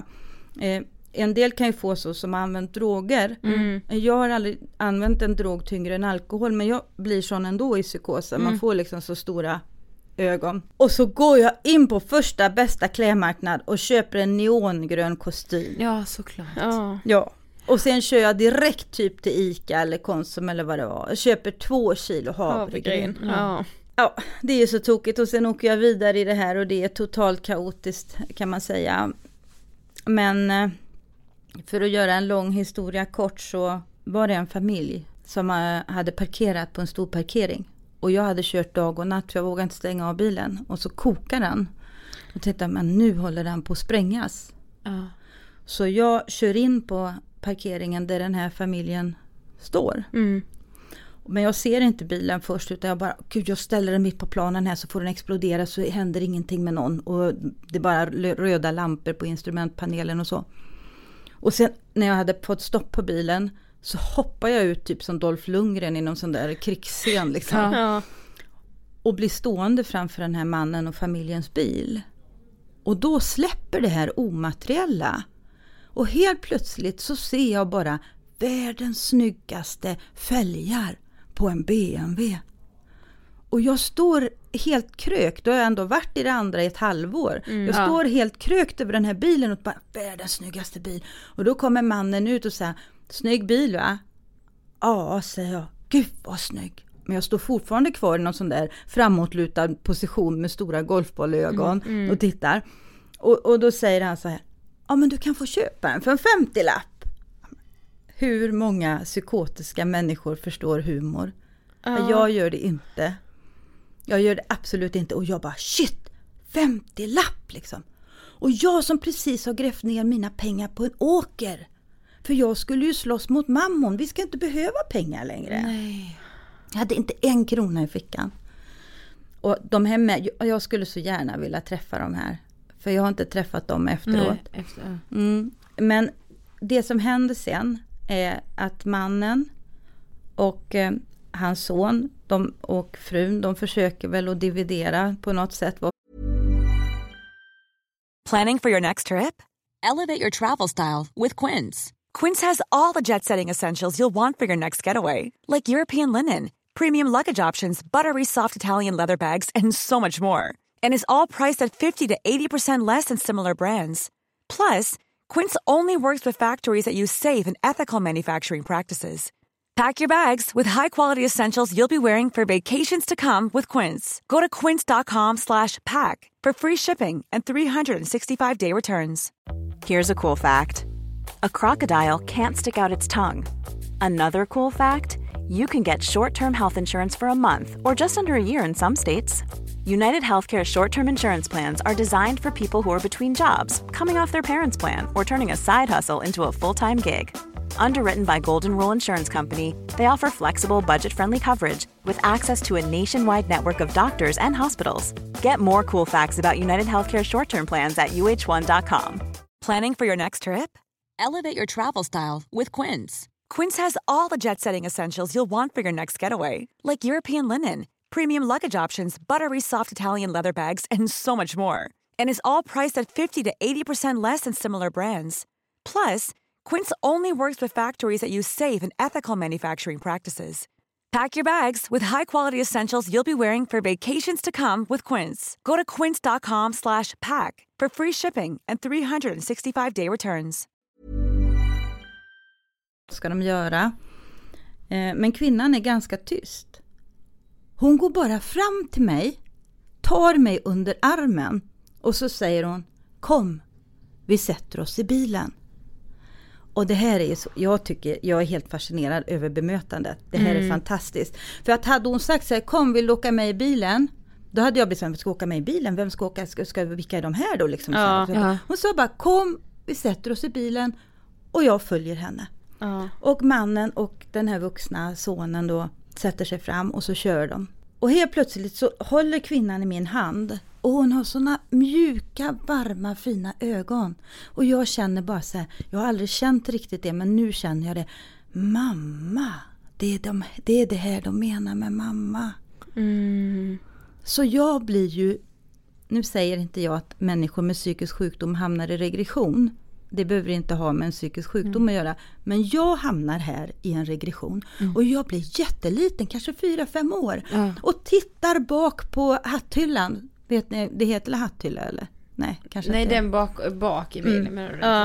En del kan ju få så som har använt droger. Jag har aldrig använt en drog tyngre än alkohol, men jag blir sån ändå i psykosen. Man får liksom så stora ögon. Och så går jag in på första bästa klädmarknad och köper en neongrön kostym.
Ja, såklart.
Ja. Och sen kör jag direkt typ till Ica eller Konsum eller vad det var. Jag köper 2 kilo havregryn. Ja, det är ju så tokigt. Och sen åker jag vidare i det här och det är totalt kaotiskt kan man säga. Men för att göra en lång historia kort så var det en familj som hade parkerat på en stor parkering. Och jag hade kört dag och natt för jag vågade inte stänga av bilen. Och så kokar den. Och tänkte men nu håller den på att sprängas. Så jag kör in på parkeringen där den här familjen står. Men jag ser inte bilen först utan jag bara, gud jag ställer den mitt på planen här så får den explodera så händer ingenting med någon. Och det är bara röda lampor på instrumentpanelen och så. Och sen när jag hade fått stopp på bilen så hoppar jag ut typ som Dolph Lundgren i någon sån där krigsscen liksom. Och blir stående framför den här mannen och familjens bil. Och då släpper det här omateriella. Och helt plötsligt så ser jag bara världens snyggaste fälgar på en BMW. Och jag står helt krökt. Då har jag ändå varit i det andra i ett halvår. Jag står helt krökt över den här bilen och bara, världens snyggaste bil. Och då kommer mannen ut och säger, snygg bil va? Ja, säger jag. Gud vad snygg. Men jag står fortfarande kvar i någon sån där framåtlutad position med stora golfbollögon och tittar. Och då säger han så här, ja men du kan få köpa en för en 50-lapp. Hur många psykotiska människor förstår humor? Jag gör det inte. Jag gör det absolut inte. Och jag bara, shit, 50-lapp liksom. Och jag som precis har grävt ner mina pengar på en åker. För jag skulle ju slåss mot mammon. Vi ska inte behöva pengar längre. Nej. Jag hade inte 1 krona i fickan. Och de här med, jag skulle så gärna vilja träffa dem här. För jag har inte träffat dem efteråt. Nej, men det som händer sen är att mannen och hans son och frun, de försöker väl att dividera på något sätt.
Planning for your next trip? Elevate your travel style with Quince. Quince has all the jet-setting essentials you'll want for your next getaway. Like European linen, premium luggage options, buttery soft Italian leather bags, and so much more. And is all priced at 50 to 80% less than similar brands. Plus, Quince only works with factories that use safe and ethical manufacturing practices. Pack your bags with high-quality essentials you'll be wearing for vacations to come with Quince. Go to quince.com/pack for free shipping and 365-day returns.
Here's a cool fact. A crocodile can't stick out its tongue. Another cool fact, you can get short-term health insurance for a month or just under a year in some states. United Healthcare short-term insurance plans are designed for people who are between jobs, coming off their parents' plan, or turning a side hustle into a full-time gig. Underwritten by Golden Rule Insurance Company, they offer flexible, budget-friendly coverage with access to a nationwide network of doctors and hospitals. Get more cool facts about United Healthcare short-term plans at uh1.com.
Planning for your next trip? Elevate your travel style with Quince. Quince has all the jet-setting essentials you'll want for your next getaway. Like European linen, premium luggage options, buttery soft Italian leather bags, and so much more. And is all priced at 50 to 80% less than similar brands. Plus, Quince only works with factories that use safe and ethical manufacturing practices. Pack your bags with high-quality essentials you'll be wearing for vacations to come with Quince. Go to quince.com/pack for free shipping and 365-day returns.
Ska de göra? Men kvinnan är ganska tyst. Hon går bara fram till mig, tar mig under armen och så säger hon: kom, vi sätter oss i bilen. Och det här är så, jag är helt fascinerad över bemötandet. Det här är fantastiskt. För att hade hon sagt så här: kom, vill du åka med i bilen? Då hade jag bestämt, ska åka med i bilen? Vem ska åka? Vilka är de här då? Liksom, Hon sa bara: kom, vi sätter oss i bilen. Och jag följer henne. Och mannen och den här vuxna sonen då sätter sig fram och så kör de. Och helt plötsligt så håller kvinnan i min hand. Och hon har såna mjuka, varma, fina ögon. Och jag känner bara så här, jag har aldrig känt riktigt det, men nu känner jag det. Mamma, det är det här de menar med mamma. Så jag blir ju, nu säger inte jag att människor med psykisk sjukdom hamnar i regression. Det behöver inte ha med en psykisk sjukdom att göra. Men jag hamnar här i en regression. Och jag blir jätteliten, kanske 4-5 år. Och tittar bak på hatthyllan. Vet ni, det heter hatthylla eller? Nej, kanske
nej,
inte.
Den bak i bilen.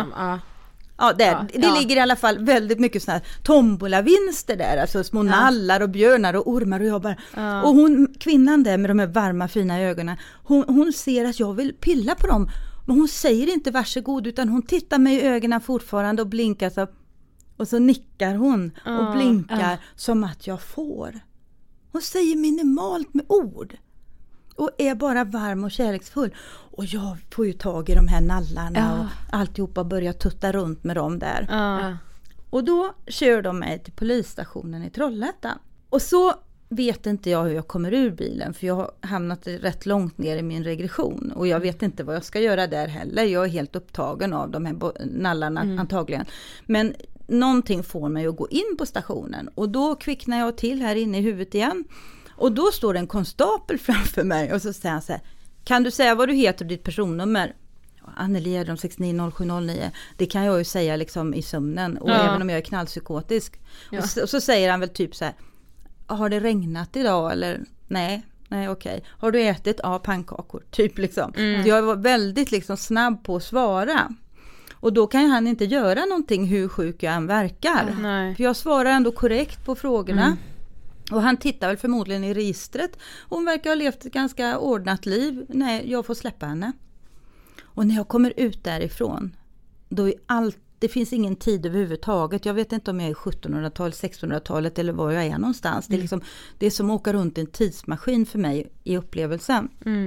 Ja, det ligger i alla fall väldigt mycket såna här tombolavinster där. Alltså små nallar och björnar och ormar och jag bara. Och kvinnan där med de här varma fina ögonen. Hon ser att jag vill pilla på dem. Men hon säger inte varsågod, utan hon tittar mig i ögonen fortfarande och blinkar så. Och så nickar hon och blinkar som att jag får. Hon säger minimalt med ord. Och är bara varm och kärleksfull. Och jag får ju tag i de här nallarna och alltihopa börjar tutta runt med dem där. Och då kör de mig till polisstationen i Trollhättan. Och så vet inte jag hur jag kommer ur bilen. För jag har hamnat rätt långt ner i min regression. Och jag vet inte vad jag ska göra där heller. Jag är helt upptagen av de här nallarna antagligen. Men någonting får mig att gå in på stationen. Och då kvicknar jag till här inne i huvudet igen. Och då står det en konstapel framför mig. Och så säger han så här: kan du säga vad du heter och ditt personnummer? Anneli Edholm 690709. Det kan jag ju säga liksom i sömnen. Och även om jag är knallpsykotisk. Och så säger han väl typ så här: har det regnat idag eller? Nej, okej. Har du ätit? Ja, pannkakor. Typ liksom. Jag var väldigt liksom snabb på att svara. Och då kan han inte göra någonting hur sjuk jag än verkar. För jag svarar ändå korrekt på frågorna. Och han tittar väl förmodligen i registret. Hon verkar ha levt ett ganska ordnat liv. Nej, jag får släppa henne. Och när jag kommer ut därifrån, då är det finns ingen tid överhuvudtaget. Jag vet inte om jag är 1700-talet, 1600-talet eller var jag är någonstans. Det är liksom, det är som att åka runt en tidsmaskin för mig i upplevelsen.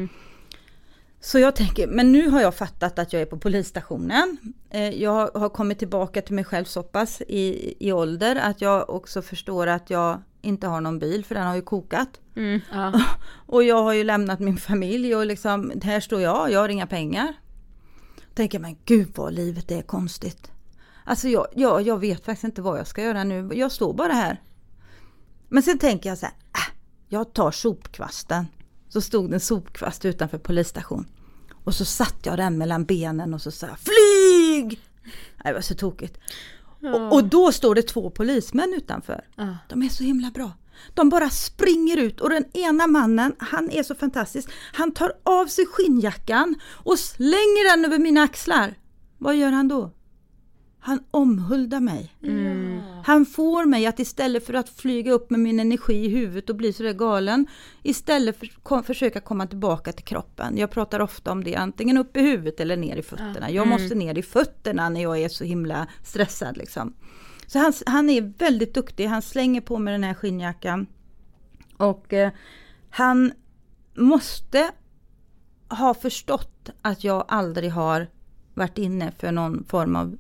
Så jag tänker, men nu har jag fattat att jag är på polisstationen. Jag har kommit tillbaka till mig själv så pass i ålder att jag också förstår att jag inte har någon bil, för den har ju kokat. Och jag har ju lämnat min familj och liksom, här står jag har inga pengar. Tänker, men gud vad livet är konstigt. Alltså jag vet faktiskt inte vad jag ska göra nu. Jag står bara här. Men sen tänker jag så här, jag tar sopkvasten. Så stod det en sopkvast utanför polisstation. Och så satt jag den mellan benen och så sa jag, flyg! Det var så tokigt. Och då står det 2 polismän utanför. De är så himla bra. De bara springer ut och den ena mannen, han är så fantastisk. Han tar av sig skinnjackan och slänger den över mina axlar. Vad gör han då? Han omhuldar mig. Han får mig att istället för att flyga upp med min energi i huvudet och bli så där galen, istället för försöka komma tillbaka till kroppen. Jag pratar ofta om det, antingen upp i huvudet eller ner i fötterna. Jag måste ner i fötterna när jag är så himla stressad liksom. Så han är väldigt duktig. Han slänger på mig den här skinnjackan. Och han måste ha förstått att jag aldrig har varit inne för någon form av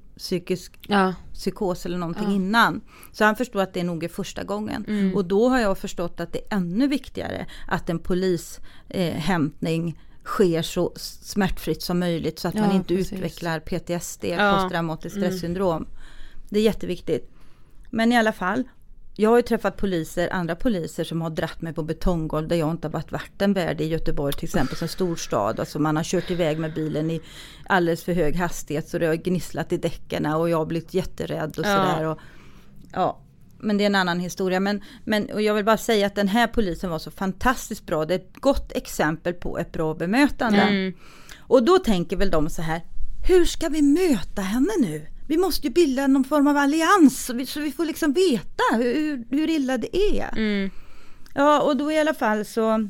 psykos eller någonting innan. Så han förstår att det nog är första gången. Och då har jag förstått att det är ännu viktigare att en polishämtning sker så smärtfritt som möjligt, så att man inte utvecklar PTSD, posttraumatiskt stressyndrom. Det är jätteviktigt. Men i alla fall, jag har ju träffat andra poliser som har dratt mig på betonggolv där jag inte har varit en värld i Göteborg till exempel, som storstad. Alltså man har kört iväg med bilen i alldeles för hög hastighet så det har gnisslat i däckarna och jag har blivit jätterädd och sådär. men det är en annan historia. Men och jag vill bara säga att den här polisen var så fantastiskt bra. Det är ett gott exempel på ett bra bemötande. Och då tänker väl de så här, hur ska vi möta henne nu? Vi måste ju bilda någon form av allians så vi får liksom veta hur illa det är. Ja, och då i alla fall så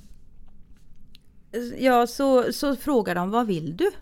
frågar de, vad vill du?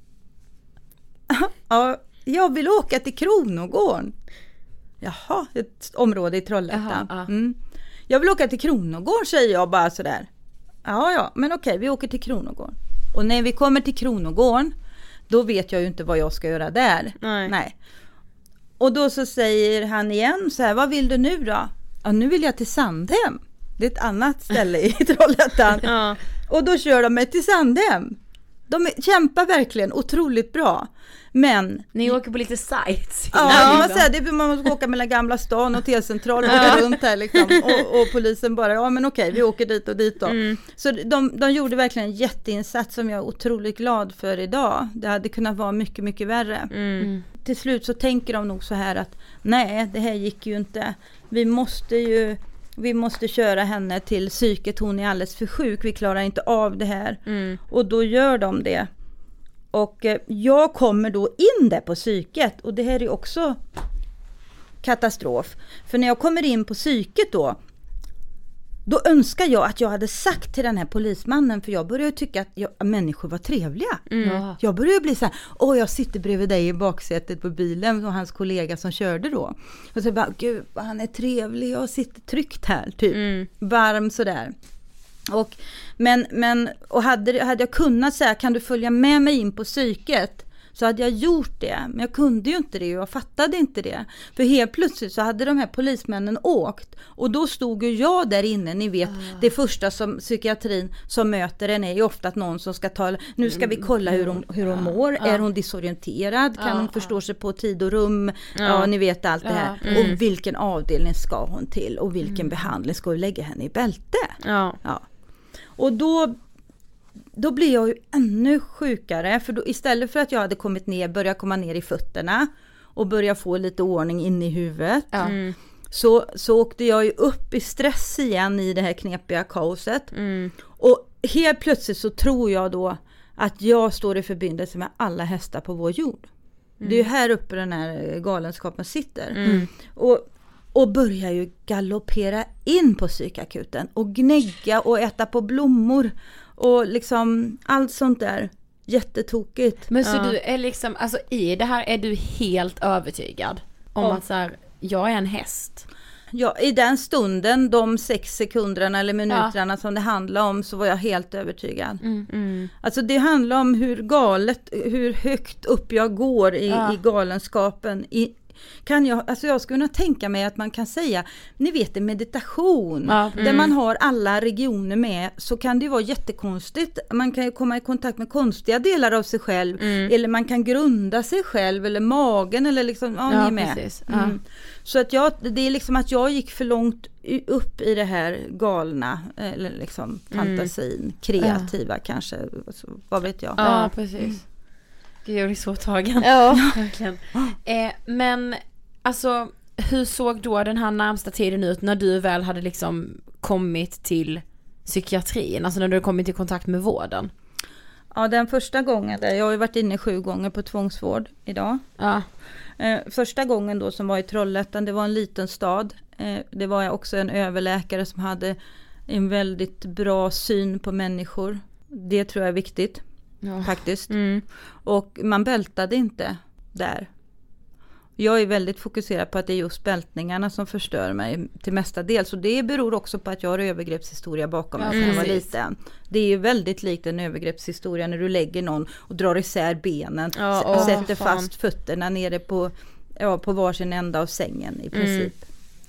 Ja, jag vill åka till Kronogården. Jaha, ett område i Trollhättan. Jag vill åka till Kronogården, säger jag bara sådär. Ja, men okej, vi åker till Kronogården. Och när vi kommer till Kronogården, då vet jag ju inte vad jag ska göra där. Nej. Och då så säger han igen så här, vad vill du nu då? Ja, nu vill jag till Sandhem. Det är ett annat ställe i Trollhättan. Och då kör de mig till Sandhem. De kämpar verkligen otroligt bra. Men
ni åker på lite sites.
Ja, man måste åka mellan Gamla stan och T-centralen runt här liksom. Och polisen bara, ja men okej, vi åker dit och dit då. Så de gjorde verkligen en jätteinsats som jag är otroligt glad för idag. Det hade kunnat vara mycket, mycket värre. Till slut så tänker de nog så här att nej, det här gick ju inte. Vi måste köra henne till psyket, hon är alldeles för sjuk, vi klarar inte av det här. Och då gör de det. Och jag kommer då in där på psyket, och det här är också katastrof. För när jag kommer in på psyket då önskar jag att jag hade sagt till den här polismannen, för jag började tycka att människor var trevliga. Jag började bli så här, jag sitter bredvid dig i baksätet på bilen och hans kollega som körde då. Och så bara, gud, han är trevlig, jag sitter tryggt här, typ. Varm sådär. Och hade jag kunnat säga, kan du följa med mig in på psyket? Så hade jag gjort det, men jag kunde ju inte det, och jag fattade inte det. För helt plötsligt så hade de här polismännen åkt, och då stod ju jag där inne, ni vet, det första som psykiatrin som möter en är ju ofta att någon som ska tala, nu ska vi kolla hur hon mår, är hon disorienterad, kan hon förstå sig på tid och rum, ni vet allt det här. Och vilken avdelning ska hon till, och vilken behandling ska vi lägga henne i bälte? Och då blir jag ju ännu sjukare, för då, istället för att jag hade börjat komma ner i fötterna och börja få lite ordning in i huvudet, så åkte jag ju upp i stress igen i det här knepiga kaoset. Och helt plötsligt så tror jag då att jag står i förbindelse med alla hästar på vår jord. Det är ju här uppe den här galenskapen sitter. Och börjar ju galoppera in på psykakuten och gnägga och äta på blommor och liksom allt sånt där. Jättetokigt.
Men så du är liksom, alltså i det här är du helt övertygad om att så här, jag är en häst?
Ja, i den stunden, de 6 sekunderna eller minuterna som det handlar om, så var jag helt övertygad. Alltså det handlar om hur högt upp jag går i galenskapen. Jag skulle kunna tänka mig att man kan säga, ni vet, en meditation där man har alla regioner med, så kan det ju vara jättekonstigt. Man kan ju komma i kontakt med konstiga delar av sig själv, eller man kan grunda sig själv, eller magen, eller liksom, ni är med. Precis. Så att det är liksom att jag gick för långt upp i det här galna, eller liksom fantasin, kreativa kanske, vad vet jag.
Ja, precis. Jag är så tagen. Verkligen. Men alltså, hur såg då den här närmsta tiden ut när du väl hade liksom kommit till psykiatrin? Alltså när du kommit i kontakt med vården?
Ja, den första gången, jag har ju varit inne 7 gånger på tvångsvård idag. Första gången då som var i Trollhättan, det var en liten stad. Det var också en överläkare som hade en väldigt bra syn på människor. Det tror jag är viktigt. Faktiskt. Och man bältade inte där. Jag är väldigt fokuserad på att det är just bältningarna som förstör mig till mesta del. Så det beror också på att jag har övergreppshistoria bakom mig när jag var liten. Det är ju väldigt likt en övergreppshistoria när du lägger någon och drar isär benen. Sätter fast fötterna nere på varsin ända av sängen i princip.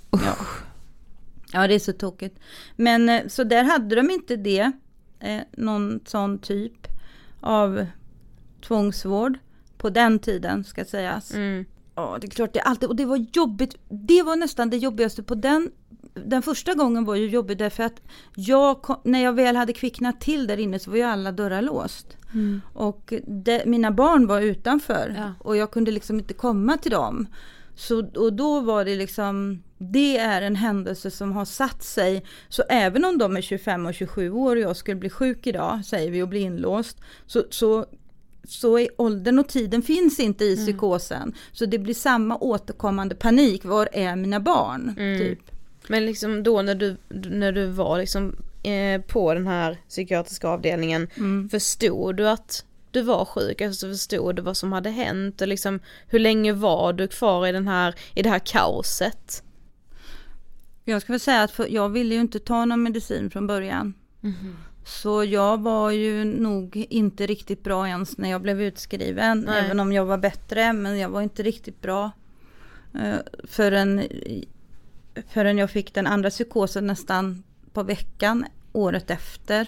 Ja, det är så tokigt. Men så där hade de inte det. Någon sån typ av tvångsvård på den tiden, ska sägas. Ja, det är klart det alltid, och det var jobbigt. Det var nästan det jobbigaste på den första gången var ju jobbigt därför att när jag väl hade kvicknat till där inne så var ju alla dörrar låst. Och mina barn var utanför och jag kunde liksom inte komma till dem. Och då var det liksom, det är en händelse som har satt sig. Så även om de är 25 och 27 år och jag skulle bli sjuk idag, säger vi, och bli inlåst, så är åldern och tiden finns inte i psykosen. Så det blir samma återkommande panik. Var är mina barn? Typ.
Men liksom då när du var liksom på den här psykiatriska avdelningen, förstod du att du var sjuk? Alltså förstod du vad som hade hänt? Och liksom, hur länge var du kvar i det här kaoset?
Jag ska väl säga att jag ville ju inte ta någon medicin från början. Så jag var ju nog inte riktigt bra ens när jag blev utskriven. Nej. Även om jag var bättre, men jag var inte riktigt bra. Förrän jag fick den andra psykosen nästan på veckan året efter.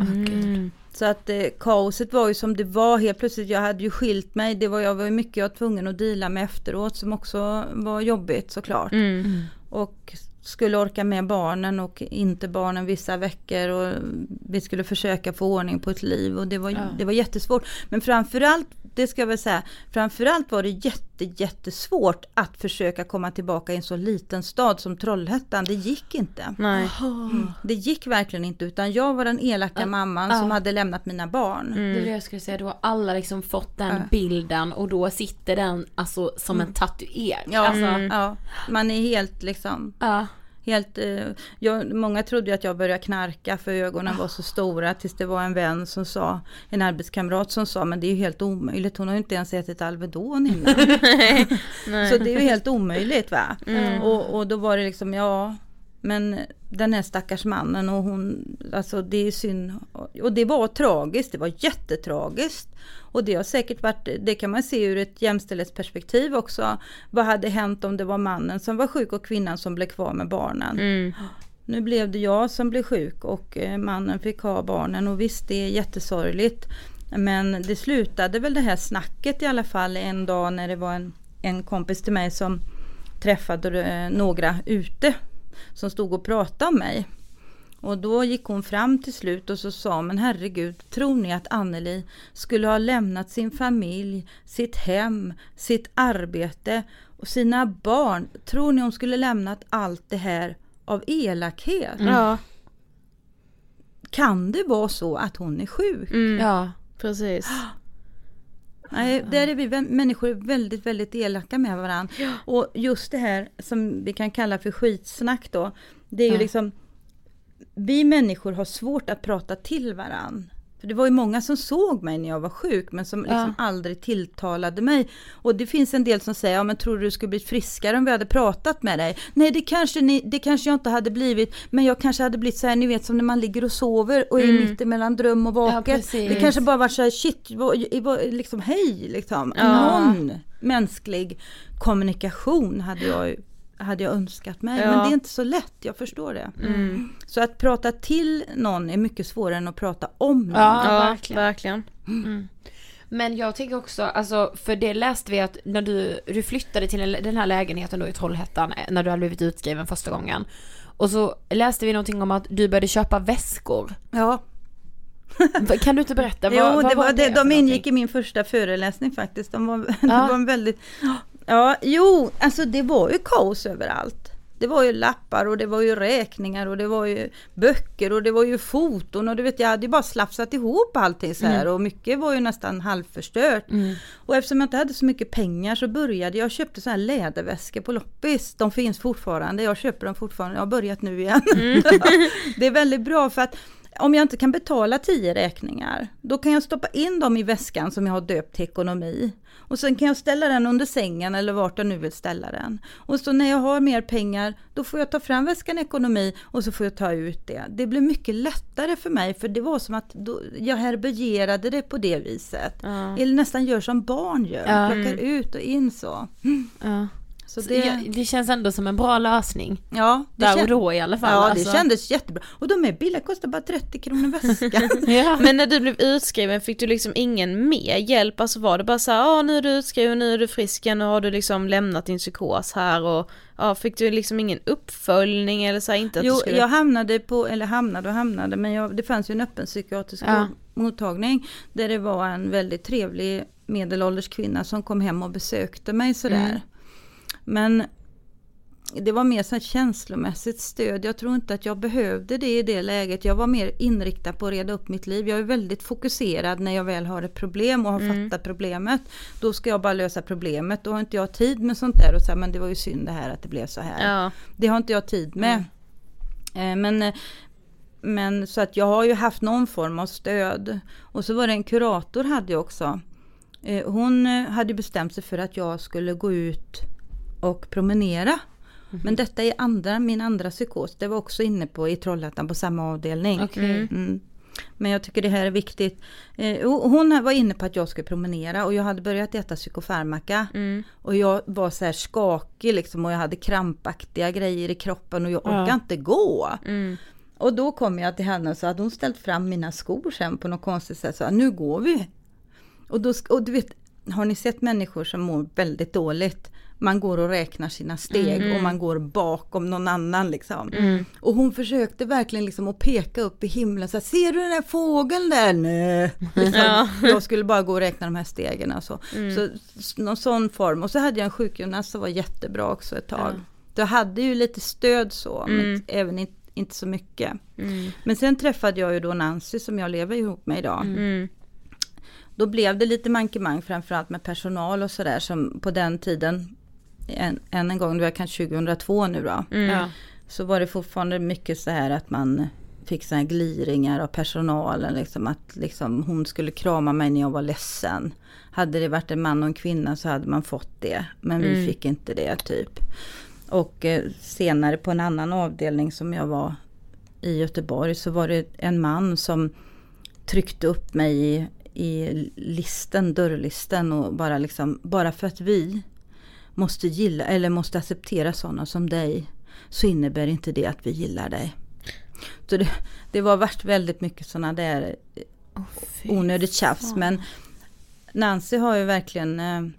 Så att kaoset var ju som det var helt plötsligt. Jag hade ju skilt mig. Jag var ju mycket jag var tvungen att dela med efteråt, som också var jobbigt såklart. Och skulle orka med barnen och inte barnen vissa veckor, och vi skulle försöka få ordning på ett liv, och det var jättesvårt. Men framförallt, det ska jag väl säga, framförallt var det jättesvårt att försöka komma tillbaka i en så liten stad som Trollhättan. Det gick inte.
Nej.
Det gick verkligen inte, utan jag var den elaka mamman som hade lämnat mina barn.
Det är det jag skulle säga, då har alla liksom fått den bilden, och då sitter den alltså som en tatuering.
Ja, man är helt liksom... Helt, många trodde ju att jag började knarka, för ögonen var så stora, tills det var en vän som sa, en arbetskamrat som sa, men det är ju helt omöjligt, hon har ju inte ens ätit Alvedon innan. Så det är ju helt omöjligt, va? Och då var det liksom, men den här stackars mannen, och hon, alltså det är synd, och det var tragiskt, det var jättetragiskt. Och det har säkert varit, det kan man se ur ett jämställdhetsperspektiv också. Vad hade hänt om det var mannen som var sjuk och kvinnan som blev kvar med barnen? Nu blev det jag som blev sjuk och mannen fick ha barnen. Och visst, det är jättesorgligt. Men det slutade väl det här snacket i alla fall en dag när det var en kompis till mig som träffade några ute som stod och pratade om mig. Och då gick hon fram till slut och så sa, men herregud, tror ni att Anneli skulle ha lämnat sin familj, sitt hem, sitt arbete och sina barn? Tror ni hon skulle lämnat allt det här av elakhet?
Ja.
Kan det vara så att hon är sjuk?
Ja, precis.
Nej, där är vi människor väldigt, väldigt elaka med varandra. Ja. Och just det här som vi kan kalla för skitsnack då, det är ju liksom, vi människor har svårt att prata till varann. För det var ju många som såg mig när jag var sjuk, men som liksom aldrig tilltalade mig. Och det finns en del som säger, men tror du skulle bli friskare om vi hade pratat med dig? Nej, det kanske jag inte hade blivit, men jag kanske hade blivit så här, ni vet, som när man ligger och sover och är mitt emellan dröm och vaket. Det kanske bara var så här, shit, liksom hej, liksom. Någon mänsklig kommunikation hade jag önskat mig. Men det är inte så lätt, jag förstår det. Så att prata till någon är mycket svårare än att prata om någon.
Ja, verkligen.
Men jag tänker också, alltså, för det läste vi att när du flyttade till den här lägenheten då i Trollhättan, när du hade blivit utskriven första gången. Och så läste vi någonting om att du började köpa väskor.
Ja.
Kan du inte berätta?
De ingick i min första föreläsning faktiskt. De var väldigt... alltså det var ju kaos överallt. Det var ju lappar och det var ju räkningar och det var ju böcker och det var ju foton och du vet, jag hade ju bara slafsat ihop allting så här och mycket var ju nästan halvförstört. Och eftersom jag inte hade så mycket pengar så började jag köpte så här läderväskor på loppis. De finns fortfarande, jag köper dem fortfarande, jag har börjat nu igen. Det är väldigt bra, för att om jag inte kan betala 10 räkningar, då kan jag stoppa in dem i väskan som jag har döpt till ekonomi. Och sen kan jag ställa den under sängen eller vart jag nu vill ställa den. Och så när jag har mer pengar, då får jag ta fram väskan ekonomi och så får jag ta ut det. Det blir mycket lättare för mig, för det var som att jag herbergerade det på det viset. Eller nästan gör som barn gör, plockar ut och in så.
Så det känns ändå som en bra lösning.
Ja,
där och då i alla fall.
Ja, det kändes jättebra. Och de är billiga, kostar bara 30 kronor väskan.
Men när du blev utskriven, fick du liksom ingen mer hjälp? Alltså var det bara så här, nu är du utskriven, nu är du frisk, nu har du liksom lämnat din psykos här, och fick du liksom ingen uppföljning eller så här, inte att
jo,
du skulle...
jag hamnade, men det fanns ju en öppen psykiatrisk mottagning där det var en väldigt trevlig medelålders kvinna som kom hem och besökte mig sådär. Men det var mer så känslomässigt stöd. Jag tror inte att jag behövde det i det läget. Jag var mer inriktad på att reda upp mitt liv. Jag är väldigt fokuserad när jag väl har ett problem och har fattat problemet. Då ska jag bara lösa problemet. Då har inte jag tid med sånt där och säga, men det var ju synd det här att det blev så här. Ja. Det har inte jag tid med. Men så att jag har ju haft någon form av stöd. Och så var det en kurator hade jag också. Hon hade bestämt sig för att jag skulle gå ut och promenera. Men detta är min andra psykos. Det var också inne i Trollhättan på samma avdelning. Men jag tycker det här är viktigt. Hon var inne på att jag skulle promenera och jag hade börjat äta psykofarmaka. Och jag var så här skakig liksom, och jag hade krampaktiga grejer i kroppen och jag orkade inte gå. Och då kom jag till henne och så hade hon ställt fram mina skor sen på något konstigt sätt. Så nu går vi. Och du vet, har ni sett människor som mår väldigt dåligt? Man går och räknar sina steg och man går bakom någon annan liksom. Och hon försökte verkligen liksom att peka upp i himlen. Så här, ser du den där fågeln där? Nej. Liksom, jag skulle bara gå och räkna de här stegen och så. Så någon sån form. Och så hade jag en sjukgymnast som var jättebra också ett tag. Jag hade ju lite stöd så, men även inte så mycket. Men sen träffade jag ju då Nancy som jag lever ihop med idag. Då blev det lite mankemang framförallt med personal och sådär som på den tiden, en gång, det var kanske 2002 nu då, så var det fortfarande mycket så här att man fick så här gliringar av personalen liksom, att liksom, hon skulle krama mig när jag var ledsen. Hade det varit en man och en kvinna så hade man fått det, men vi fick inte det typ. Och senare på en annan avdelning som jag var i Göteborg så var det en man som tryckte upp mig i dörrlisten och bara för att vi måste gilla eller måste acceptera sådana som dig så innebär inte det att vi gillar dig. Så det var varit väldigt mycket sådana där onödigt tjafs, men Nancy har ju verkligen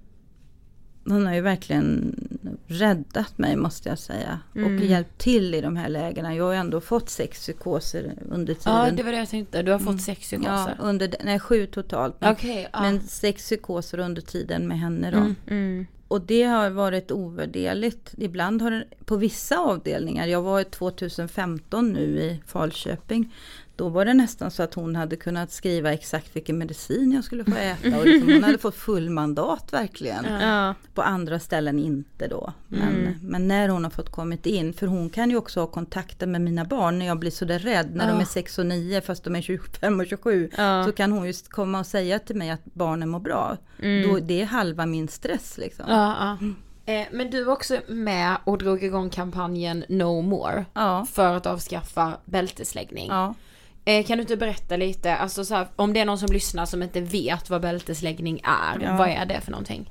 räddat mig måste jag säga och hjälpt till i de här lägena. Jag har ändå fått 6 psykoser under tiden.
Ja, det var det jag tänkte. Du har fått 6 psykoser.
Ja, 7 totalt. Men 6 psykoser under tiden med henne då. Och det har varit ovärderligt. Ibland har det, på vissa avdelningar, jag var 2015 nu i Falköping, då var det nästan så att hon hade kunnat skriva exakt vilken medicin jag skulle få äta. Och liksom, hon hade fått full mandat verkligen. På andra ställen inte då. Men när hon har fått kommit in, för hon kan ju också ha kontakter med mina barn när jag blir så där rädd. När de är 6 och 9 fast de är 25 och 27. Så kan hon just komma och säga till mig att barnen mår bra. Då, det är halva min stress liksom.
Men du var också med och drog igång kampanjen No More för att avskaffa bältesläggning. Kan du inte berätta lite, alltså så här, om det är någon som lyssnar som inte vet vad bältesläggning är, vad är det för någonting?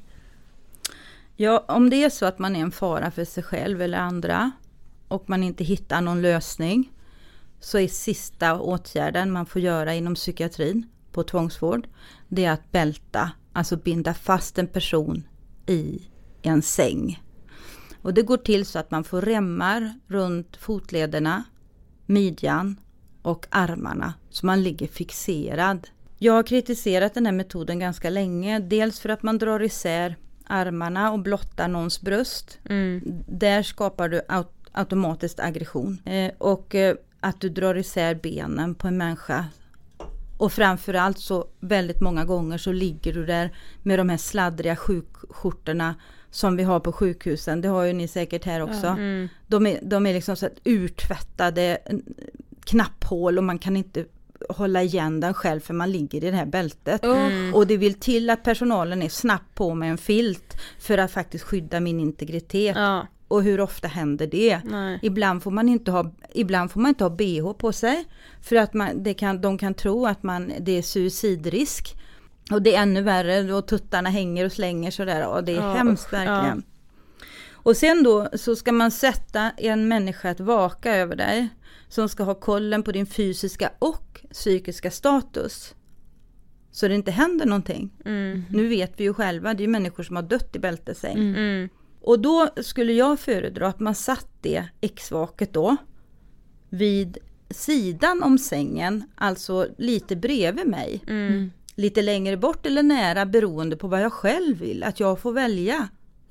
Ja, om det är så att man är en fara för sig själv eller andra och man inte hittar någon lösning, så är sista åtgärden man får göra inom psykiatrin på tvångsvård, det är att bälta, alltså binda fast en person i en säng. Och det går till så att man får remmar runt fotlederna, midjan och armarna, så man ligger fixerad. Jag har kritiserat den här metoden ganska länge. Dels för att man drar isär armarna och blottar någons bröst. Där skapar du automatiskt aggression. Och att du drar isär benen på en människa. Och framförallt så väldigt många gånger så ligger du där med de här sladdriga sjukskjortorna som vi har på sjukhusen. Det har ju ni säkert här också. De är liksom så att urtvättade knapphål och man kan inte hålla igen den själv för man ligger i det här bältet. Och det vill till att personalen är snabbt på med en filt för att faktiskt skydda min integritet. Och hur ofta händer det? Ibland får man inte ha BH på sig för att de kan tro att det är suicidrisk. Och det är ännu värre och tuttarna hänger och slänger sådär och det är hemskt verkligen. Och sen då så ska man sätta en människa att vaka över dig som ska ha kollen på din fysiska och psykiska status. Så det inte händer någonting. Nu vet vi ju själva, det är ju människor som har dött i bältesäng. Och då skulle jag föredra att man satt det X-vaket då vid sidan om sängen, alltså lite bredvid mig. Lite längre bort eller nära beroende på vad jag själv vill. Att jag får välja.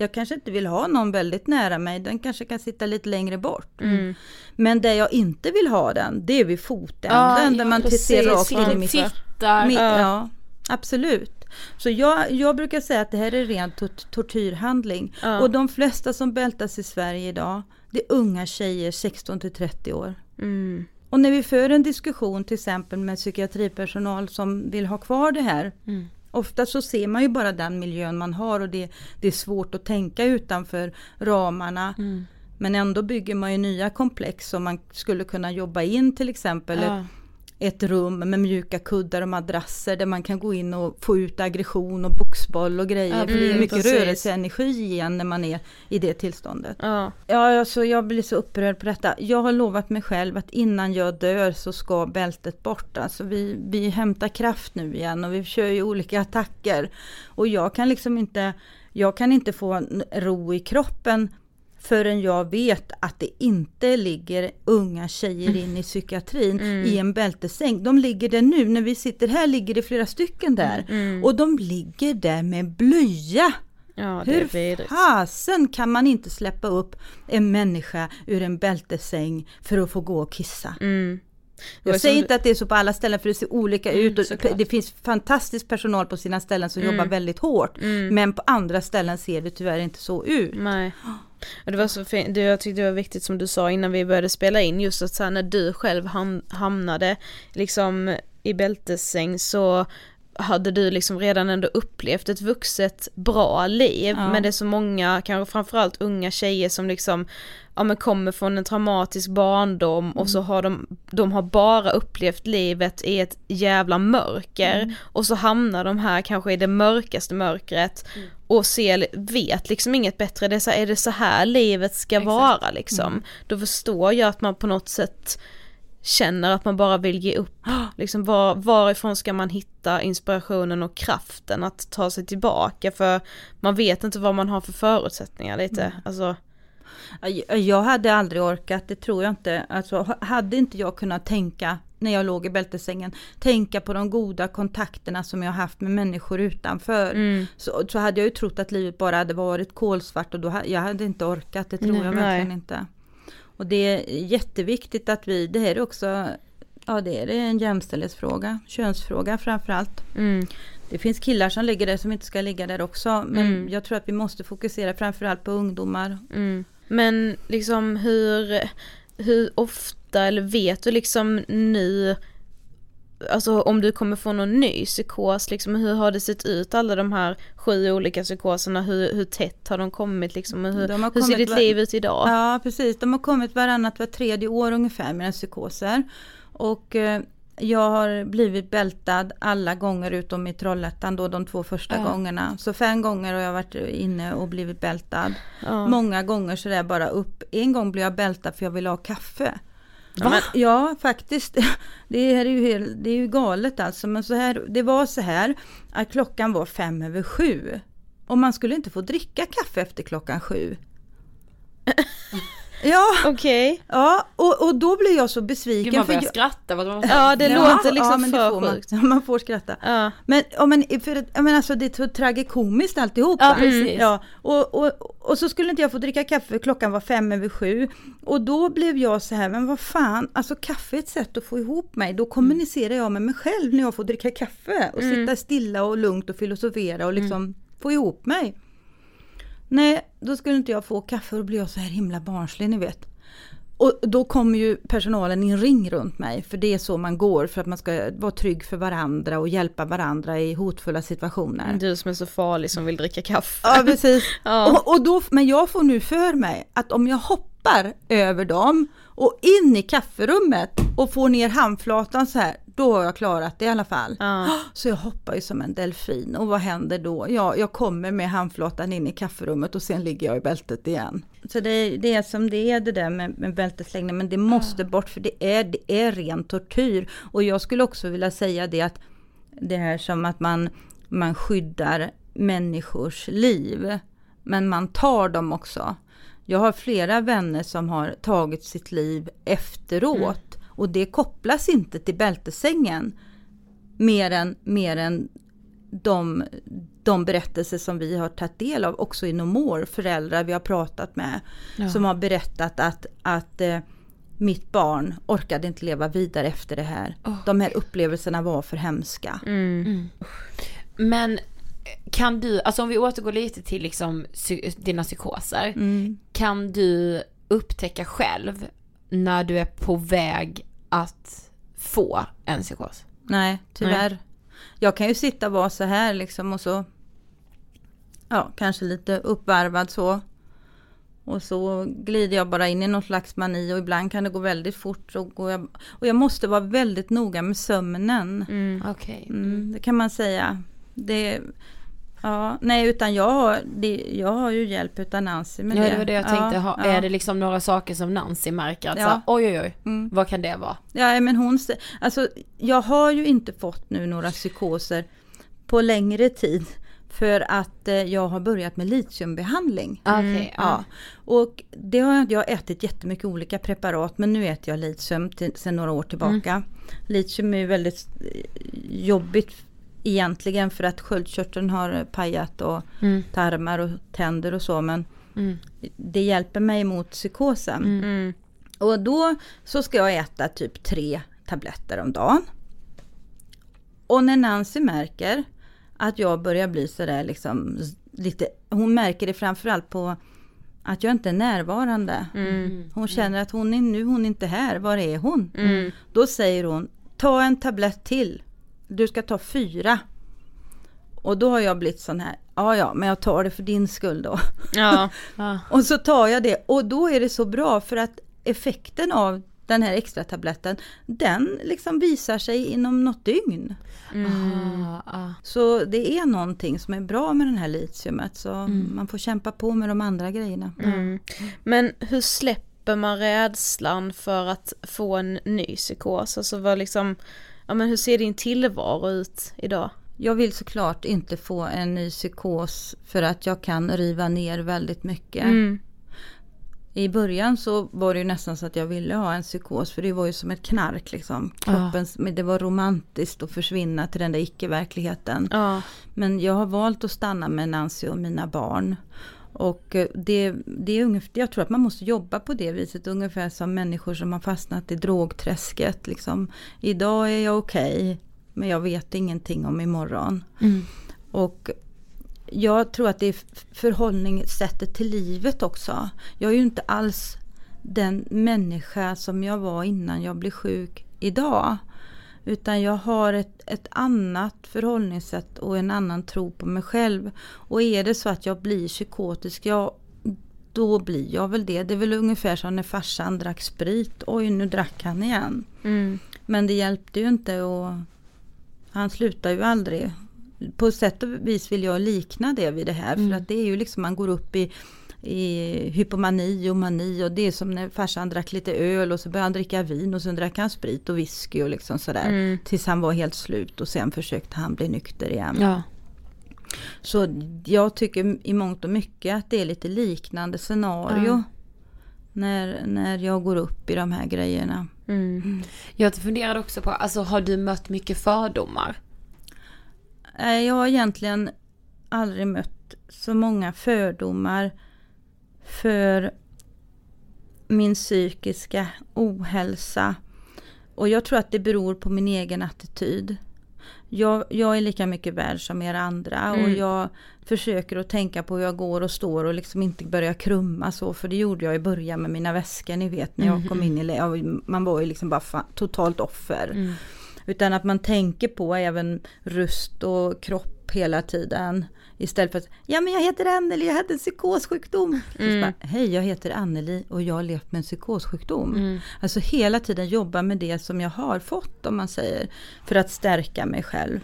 Jag kanske inte vill ha någon väldigt nära mig. Den kanske kan sitta lite längre bort. Men där jag inte vill ha den, det är vid fotänden. Där man ser rakt in i mitt... Ja, absolut. Så jag brukar säga att det här är ren tortyrhandling. Och de flesta som bältas i Sverige idag, det är unga tjejer 16-30 år. Och när vi för en diskussion till exempel med psykiatripersonal som vill ha kvar det här. Ofta så ser man ju bara den miljön man har och det är svårt att tänka utanför ramarna. Men ändå bygger man ju nya komplex som man skulle kunna jobba in till exempel ett rum med mjuka kuddar och madrasser där man kan gå in och få ut aggression och boxboll och grejer. För det är mycket rörelseenergi igen när man är i det tillståndet. Alltså jag blir så upprörd på detta. Jag har lovat mig själv att innan jag dör så ska bältet bort. Alltså vi hämtar kraft nu igen och vi kör ju olika attacker. Och jag kan inte få ro i kroppen förrän jag vet att det inte ligger unga tjejer in i psykiatrin i en bältesäng. De ligger där nu. När vi sitter här ligger det flera stycken där. Och de ligger där med blöja. Ja, hur fasen kan man inte släppa upp en människa ur en bältesäng för att få gå och kissa? Jag säger inte att det är så på alla ställen för det ser olika ut och det finns fantastisk personal på sina ställen som jobbar väldigt hårt men på andra ställen ser det tyvärr inte så ut.
Nej. Och det var så fint. Jag tyckte det var viktigt som du sa innan vi började spela in, just att så här, när du själv hamnade liksom i bältesäng så hade du liksom redan ändå upplevt ett vuxet bra liv, men det är så många, kanske framförallt unga tjejer som liksom men kommer från en traumatisk barndom och så har de har bara upplevt livet i ett jävla mörker och så hamnar de här kanske i det mörkaste mörkret och vet liksom inget bättre. Det är det så här livet ska vara liksom. Då förstår jag att man på något sätt känner att man bara vill ge upp. Liksom varifrån ska man hitta inspirationen och kraften att ta sig tillbaka, för man vet inte vad man har för förutsättningar lite. Alltså
jag hade aldrig orkat, det tror jag inte. Alltså, hade inte jag kunnat tänka när jag låg i bältesängen, tänka på de goda kontakterna som jag har haft med människor utanför, så hade jag ju trott att livet bara hade varit kolsvart och jag hade inte orkat, det tror jag verkligen inte. Och det är jätteviktigt att det här är också, det är en jämställdhetsfråga, könsfråga framförallt. Det finns killar som ligger där som inte ska ligga där också, men jag tror att vi måste fokusera framförallt på ungdomar.
Men liksom hur ofta, eller vet du liksom nu, alltså om du kommer få någon ny psykos, liksom, hur har det sett ut alla de här 7 olika psykoserna, hur tätt har de kommit liksom, hur ser ditt liv ut idag?
Ja, precis, de har kommit var tredje år ungefär med psykoser och jag har blivit bältad alla gånger utom i Trollhättan då, de 2 första gångerna. Så 5 gånger har jag varit inne och blivit bältad. Många gånger så där bara upp. En gång blev jag bältad för jag ville ha kaffe. Ja, faktiskt. Det är ju galet alltså. Men det var så här att klockan var 5:07. Och man skulle inte få dricka kaffe efter klockan 7. Ja,
okej.
Ja, och då blev jag så besviken.
Gud, man börjar skratta.
Ja, det låter liksom
men
för sjukt.
Man får skratta. Ja. Men alltså, det är så tragikomiskt alltihop.
Ja, precis.
Ja, och så skulle inte jag få dricka kaffe, klockan var 5:07. Och då blev jag så här, men vad fan, alltså kaffe är ett sätt att få ihop mig. Då kommunicerar jag med mig själv när jag får dricka kaffe. Och sitta stilla och lugnt och filosofera och liksom få ihop mig. Nej, då skulle inte jag få kaffe och blir jag så här himla barnslig, ni vet. Och då kommer ju personalen i en ring runt mig, för det är så man går för att man ska vara trygg för varandra och hjälpa varandra i hotfulla situationer.
Du som är så farlig som vill dricka kaffe.
Ja, precis. Ja. Men jag får nu för mig att om jag hoppar över dem och in i kafferummet och får ner handflatan så här, då har jag klarat det i alla fall. Så jag hoppar ju som en delfin. Och vad händer då? Ja, jag kommer med handflatan in i kafferummet och sen ligger jag i bältet igen. Så det är som det är det där med bältesläggning. Men det måste bort, för det är ren tortyr. Och jag skulle också vilja säga det att det här som att man skyddar människors liv. Men man tar dem också. Jag har flera vänner som har tagit sitt liv efteråt. Och det kopplas inte till bältesängen mer än de berättelser som vi har tagit del av också i Nomor, föräldrar vi har pratat med som har berättat att mitt barn orkade inte leva vidare efter det här. De här upplevelserna var för hemska.
Men kan du, alltså om vi återgår lite till liksom dina psykoser, kan du upptäcka själv när du är på väg att få en psykos?
Nej, tyvärr. Nej. Jag kan ju sitta och vara så här liksom och så kanske lite uppvarvad så. Och så glider jag bara in i någon slags mani och ibland kan det gå väldigt fort. Och jag måste vara väldigt noga med sömnen. Det kan man säga. Utan jag har ju hjälp utan Nancy med det.
Det var det jag tänkte. Är det liksom några saker som Nancy märker? Att oj. Vad kan det vara?
Ja, men jag har ju inte fått nu några psykoser på längre tid. För att jag har börjat med litiumbehandling. Och det har jag ätit jättemycket olika preparat. Men nu äter jag litium sedan några år tillbaka. Litium är väldigt jobbigt egentligen för att sköldkörteln har pajat och tarmar och tänder och så. Men det hjälper mig mot psykosen. Och då så ska jag äta typ 3 tabletter om dagen. Och när Nancy märker att jag börjar bli sådär liksom lite, hon märker det framförallt på att jag inte är närvarande. Hon känner att hon är inte här, var är hon? Då säger hon, ta en tablett till. Du ska ta 4. Och då har jag blivit sån här, men jag tar det för din skull då. Och så tar jag det. Och då är det så bra för att effekten av den här extra tabletten, den liksom visar sig inom något dygn. Så det är någonting som är bra med den här litiumet. Så man får kämpa på med de andra grejerna.
Men hur släpper man rädslan för att få en ny psykos? Alltså hur ser din tillvaro ut idag?
Jag vill såklart inte få en ny psykos för att jag kan riva ner väldigt mycket. I början så var det ju nästan så att jag ville ha en psykos, för det var ju som ett knark liksom. Men det var romantiskt att försvinna till den där icke-verkligheten. Men jag har valt att stanna med Nancy och mina barn. Och det är ungefär, jag tror att man måste jobba på det viset, ungefär som människor som har fastnat i drogträsket liksom. Idag är jag okej, men jag vet ingenting om imorgon. Och jag tror att det är förhållningssättet till livet också. Jag är ju inte alls den människa som jag var innan jag blev sjuk idag. Utan jag har ett annat förhållningssätt och en annan tro på mig själv. Och är det så att jag blir psykotisk, då blir jag väl det. Det är väl ungefär som när farsan drack sprit. Oj, nu drack han igen. Men det hjälpte ju inte och han slutar ju aldrig. På sätt och vis vill jag likna det vid det här. För att det är ju liksom, man går upp i hypomani och mani. Och det är som när farsan drack lite öl och så började han dricka vin. Och sen drack han sprit och whisky och liksom sådär. Tills han var helt slut och sen försökte han bli nykter igen. Så jag tycker i mångt och mycket att det är lite liknande scenario. När jag går upp i de här grejerna.
Jag funderade också på, alltså har du mött mycket fördomar?
Jag har egentligen aldrig mött så många fördomar för min psykiska ohälsa. Och jag tror att det beror på min egen attityd. Jag är lika mycket värd som er andra. Och jag försöker att tänka på hur jag går och står och liksom inte börja krumma så. För det gjorde jag i början med mina väskor, ni vet, när jag kom in man var ju liksom bara totalt offer. Utan att man tänker på även röst och kropp hela tiden. Istället för att, men jag heter Anneli, jag hade en psykossjukdom. Hej, jag heter Anneli och jag har levt med en psykossjukdom. Alltså hela tiden jobba med det som jag har fått, om man säger. För att stärka mig själv.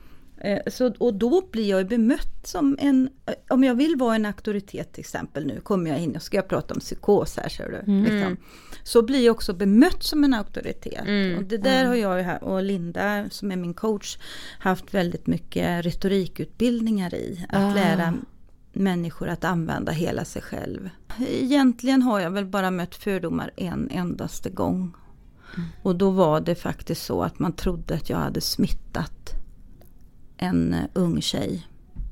Och då blir jag bemött som om jag vill vara en auktoritet till exempel, nu kommer jag in och ska jag prata om psykos här, ser du, liksom. Så blir jag också bemött som en auktoritet. Och det där har jag och Linda, som är min coach, haft väldigt mycket retorikutbildningar i. Att lära människor att använda hela sig själv. Egentligen har jag väl bara mött fördomar en endaste gång. Och då var det faktiskt så att man trodde att jag hade smittat en ung tjej.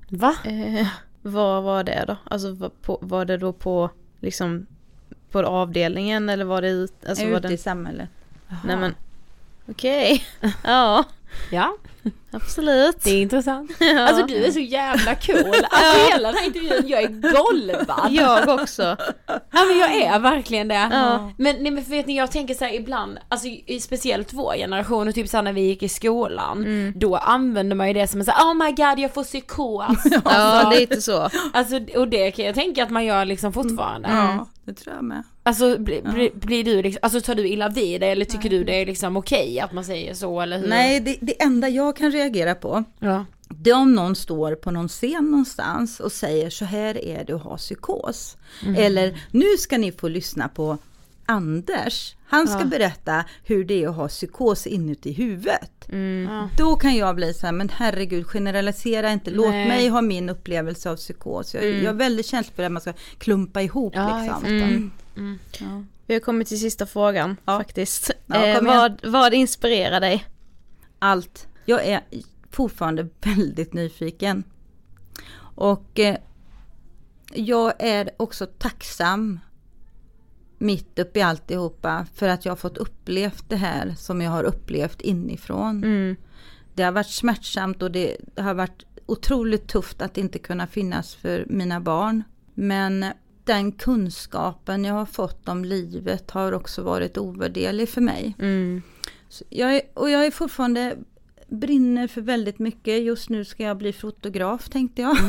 Va?
Vad var det då? Alltså var det då på liksom på avdelningen eller var det
ute i samhället?
Nej men okej. Ja.
Ja.
Absolut.
Det är intressant.
Ja.
Alltså du är så jävla cool. Alltså hela den här intervjun, jag är golvad.
Jag också.
Ja men jag är verkligen det.
Ja.
Men för vet ni, jag tänker så här ibland, alltså speciellt vår generation och typ så här när vi gick i skolan, då använde man ju det som en så här, oh my god jag får psykos.
Ja, lite så.
Alltså, och det kan jag tänka att man gör liksom fortfarande.
Ja, det tror jag med.
Alltså blir du liksom, alltså tar du illa vid det eller tycker du det är liksom okej att man säger så eller hur?
Nej, det enda jag kan reagera på, det är om någon står på någon scen någonstans och säger så här är det att ha psykos. Eller nu ska ni få lyssna på Anders. Han ska berätta hur det är att ha psykos inuti huvudet. Då kan jag bli så här, men herregud, generalisera inte. Låt mig ha min upplevelse av psykos. Jag är väldigt känslig för att man ska klumpa ihop liksom.
Ja. Vi har kommit till sista frågan faktiskt.
Ja,
vad inspirerar dig?
Allt. Jag är fortfarande väldigt nyfiken. Och jag är också tacksam mitt upp i alltihopa för att jag har fått upplevt det här som jag har upplevt inifrån. Det har varit smärtsamt och det har varit otroligt tufft att inte kunna finnas för mina barn. Men den kunskapen jag har fått om livet har också varit ovärderlig för mig. Så jag är fortfarande brinner för väldigt mycket. Just nu ska jag bli fotograf, tänkte jag.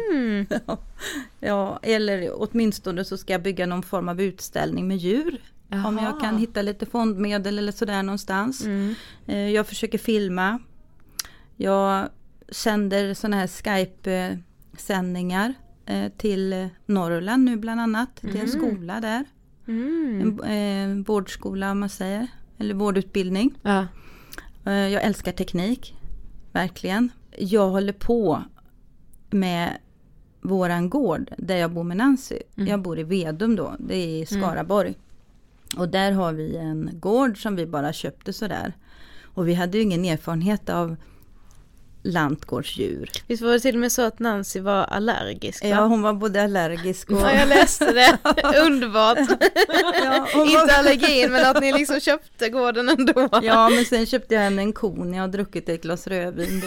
Ja, eller åtminstone så ska jag bygga någon form av utställning med djur. Jaha. Om jag kan hitta lite fondmedel eller sådär någonstans. Jag försöker filma. Jag sänder såna här Skype-sändningar till Norrland nu bland annat. Till en skola där. En vårdskola om man säger. Eller vårdutbildning. Ja. Jag älskar teknik. Verkligen. Jag håller på med våran gård där jag bor med Nancy. Jag bor i Vedum då. Det är i Skaraborg. Och där har vi en gård som vi bara köpte sådär. Och vi hade ju ingen erfarenhet av lantgårdsdjur.
Visst var det till och med så att Nancy var allergisk? Va?
Ja, hon var både allergisk och...
Ja, jag läste det. Underbart.
Ja,
inte allergin, men att ni liksom köpte gården ändå.
Ja, men sen köpte jag henne en kon. Jag har druckit ett glas rödvin.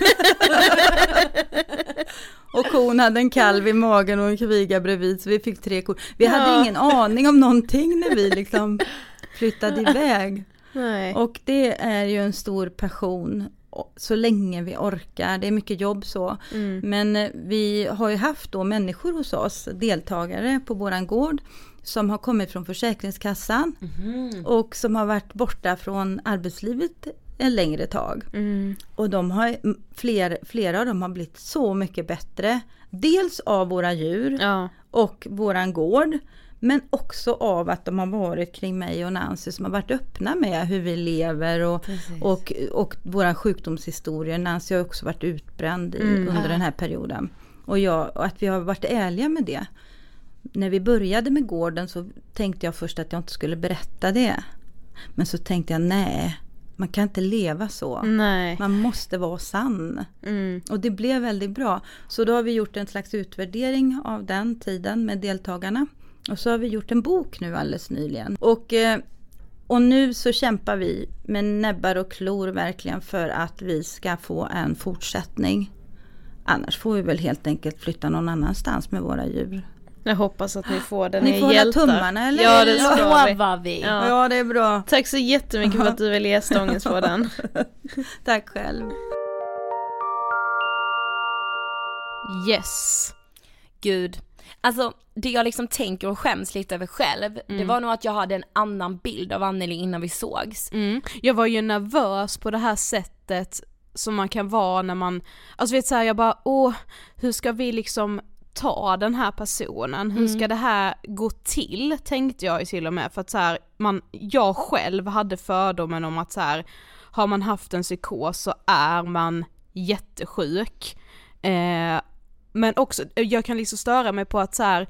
Och kon hade en kalv i magen och en kviga bredvid, så vi fick 3 kor. Vi hade ingen aning om någonting när vi liksom flyttade iväg. Nej. Och det är ju en stor passion så länge vi orkar. Det är mycket jobb så. Men vi har ju haft då människor hos oss, deltagare på våran gård, som har kommit från Försäkringskassan och som har varit borta från arbetslivet en längre tag. Och de har, flera av dem har blivit så mycket bättre. Dels av våra djur och våran gård. Men också av att de har varit kring mig och Nancy som har varit öppna med hur vi lever och våra sjukdomshistorier. Nancy har också varit utbränd under den här perioden. Och att vi har varit ärliga med det. När vi började med gården så tänkte jag först att jag inte skulle berätta det. Men så tänkte jag nej, man kan inte leva så. Nej. Man måste vara sann. Och det blev väldigt bra. Så då har vi gjort en slags utvärdering av den tiden med deltagarna. Och så har vi gjort en bok nu alldeles nyligen. Och nu så kämpar vi med näbbar och klor verkligen för att vi ska få en fortsättning. Annars får vi väl helt enkelt flytta någon annanstans med våra djur.
Jag hoppas att ni får den.
Ni får hålla tummarna eller?
Ja, det
lovar vi.
Ja, det är bra.
Tack så jättemycket för att du vill ge stången på den.
Tack själv.
Yes. Gud. Alltså det jag liksom tänker och skäms lite över själv, det var nog att jag hade en annan bild av Anneli innan vi sågs.
Jag var ju nervös på det här sättet som man kan vara när man, alltså vet så här, jag bara, hur ska vi liksom ta den här personen? Hur ska det här gå till? Tänkte jag ju till och med, för att så här, jag själv hade fördomen om att så här, har man haft en psykos så är man jättesjuk. Men också, jag kan liksom störa mig på att så här,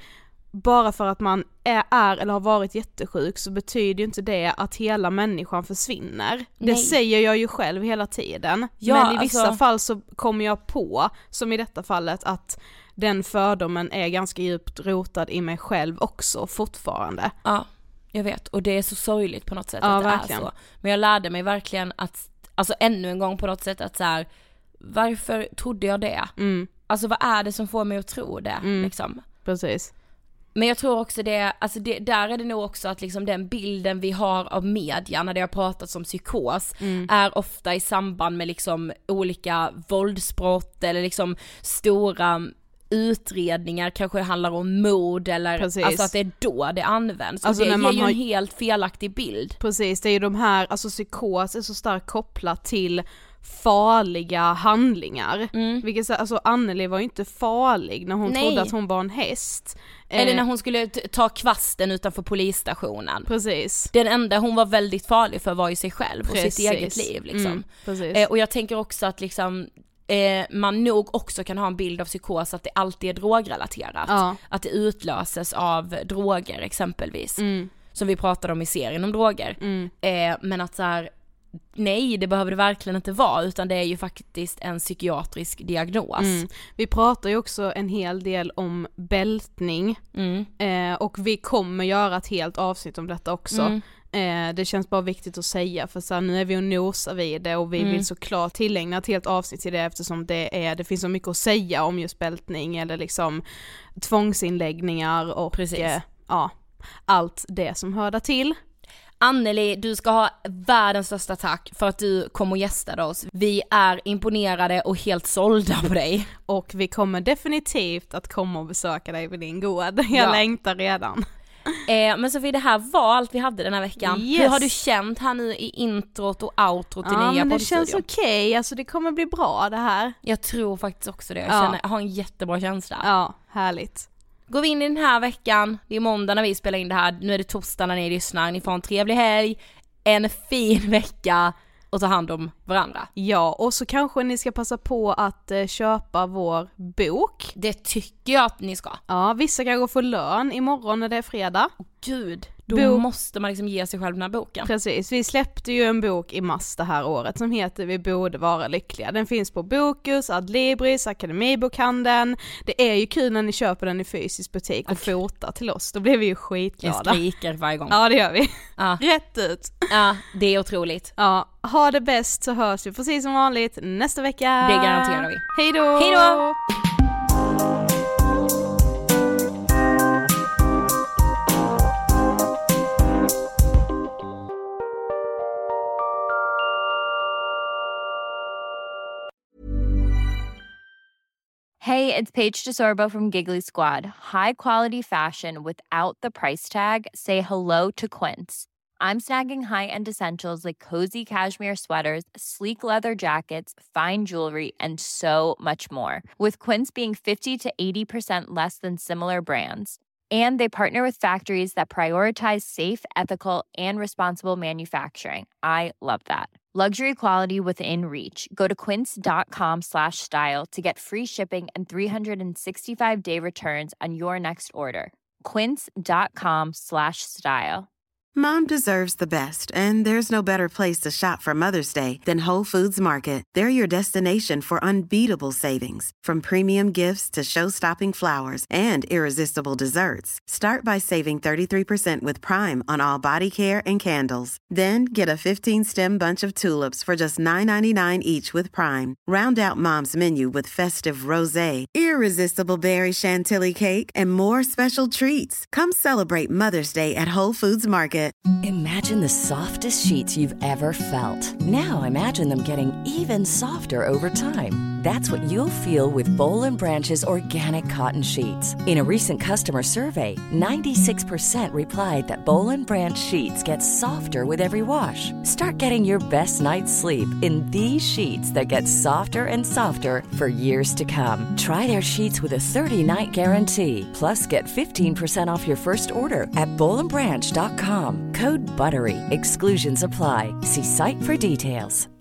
bara för att man är eller har varit jättesjuk så betyder ju inte det att hela människan försvinner. Det säger jag ju själv hela tiden. Ja, men i vissa fall så kommer jag på, som i detta fallet, att den fördomen är ganska djupt rotad i mig själv också fortfarande.
Ja, jag vet. Och det är så sorgligt på något sätt
att
det
verkligen.
är så. Men jag lärde mig verkligen att, alltså ännu en gång på något sätt att så här, varför trodde jag det? Alltså vad är det som får mig att tro det? Liksom?
Precis.
Men jag tror också det, alltså där är det nog också att liksom den bilden vi har av media när det har pratats om psykos är ofta i samband med liksom olika våldsbrott eller liksom stora utredningar, kanske handlar om mord eller alltså att det är då det används. Alltså det ger ju en helt felaktig bild.
Precis, det är ju de här, alltså psykos är så starkt kopplat till farliga handlingar. Vilket, alltså Anneli var ju inte farlig när hon trodde att hon var en häst.
Eller när hon skulle ta kvasten utanför polisstationen.
Precis.
Den enda hon var väldigt farlig för var ju sig själv och sitt eget liv liksom. Och jag tänker också att liksom man nog också kan ha en bild av psykos att det alltid är drogrelaterat. Att det utlöses av droger exempelvis. Som vi pratade om i serien om droger. Men att så här, nej, det behöver det verkligen inte vara, utan det är ju faktiskt en psykiatrisk diagnos.
Vi pratar ju också en hel del om bältning och vi kommer göra ett helt avsnitt om detta också. Det känns bara viktigt att säga, för så här, nu är vi och nosar vid det och vi vill såklart tillägna ett helt avsnitt till det, eftersom det finns så mycket att säga om just bältning eller liksom tvångsinläggningar och allt det som hör där till.
Anneli, du ska ha världens största tack för att du kom och gästade oss. Vi är imponerade och helt sålda på dig.
Och vi kommer definitivt att komma och besöka dig vid din gård. Jag längtar redan.
Men Sofie, det här var allt vi hade den här veckan. Hur har du känt här nu i introt och outrot till nya poddstudion?
Men det känns okej. Alltså det kommer bli bra det här.
Jag tror faktiskt också det. Jag har en jättebra känsla.
Ja, härligt.
Går vi in i den här veckan, det är måndag när vi spelar in det här, nu är det torsdag när ni lyssnar, ni får en trevlig helg, en fin vecka och ta hand om varandra.
Ja, och så kanske ni ska passa på att köpa vår bok.
Det tycker jag att ni ska.
Ja, vissa kanske får lön imorgon när det är fredag.
Gud, då måste man liksom ge sig själv den här boken.
Precis, vi släppte ju en bok i mars det här året som heter Vi borde vara lyckliga. Den finns på Bokus, Adlibris, Akademibokhandeln. Det är ju kul när ni köper den i fysisk butik och fotar till oss. Då blir vi ju skitglada.
Jag skriker varje gång.
Ja, det gör vi. Rätt ut.
Ja, det är otroligt.
Ja, ha det bäst, så hörs vi precis som vanligt nästa vecka.
Det garanterar vi.
Hej då!
Hej då!
Hey, it's Paige DeSorbo from Giggly Squad. High quality fashion without the price tag. Say hello to Quince. I'm snagging high-end essentials like cozy cashmere sweaters, sleek leather jackets, fine jewelry, and so much more. With Quince being 50 to 80% less than similar brands. And they partner with factories that prioritize safe, ethical, and responsible manufacturing. I love that. Luxury quality within reach. Go to quince.com/style to get free shipping and 365-day returns on your next order. Quince.com/style.
Mom deserves the best, and there's no better place to shop for Mother's Day than Whole Foods Market. They're your destination for unbeatable savings, from premium gifts to show-stopping flowers and irresistible desserts. Start by saving 33% with Prime on all body care and candles. Then get a 15-stem bunch of tulips for just $9.99 each with Prime. Round out Mom's menu with festive rosé, irresistible berry chantilly cake, and more special treats. Come celebrate Mother's Day at Whole Foods Market.
Imagine the softest sheets you've ever felt. Now imagine them getting even softer over time. That's what you'll feel with Boll & Branch's organic cotton sheets. In a recent customer survey, 96% replied that Boll & Branch sheets get softer with every wash. Start getting your best night's sleep in these sheets that get softer and softer for years to come. Try their sheets with a 30-night guarantee. Plus, get 15% off your first order at bollandbranch.com. Code BUTTERY. Exclusions apply. See site for details.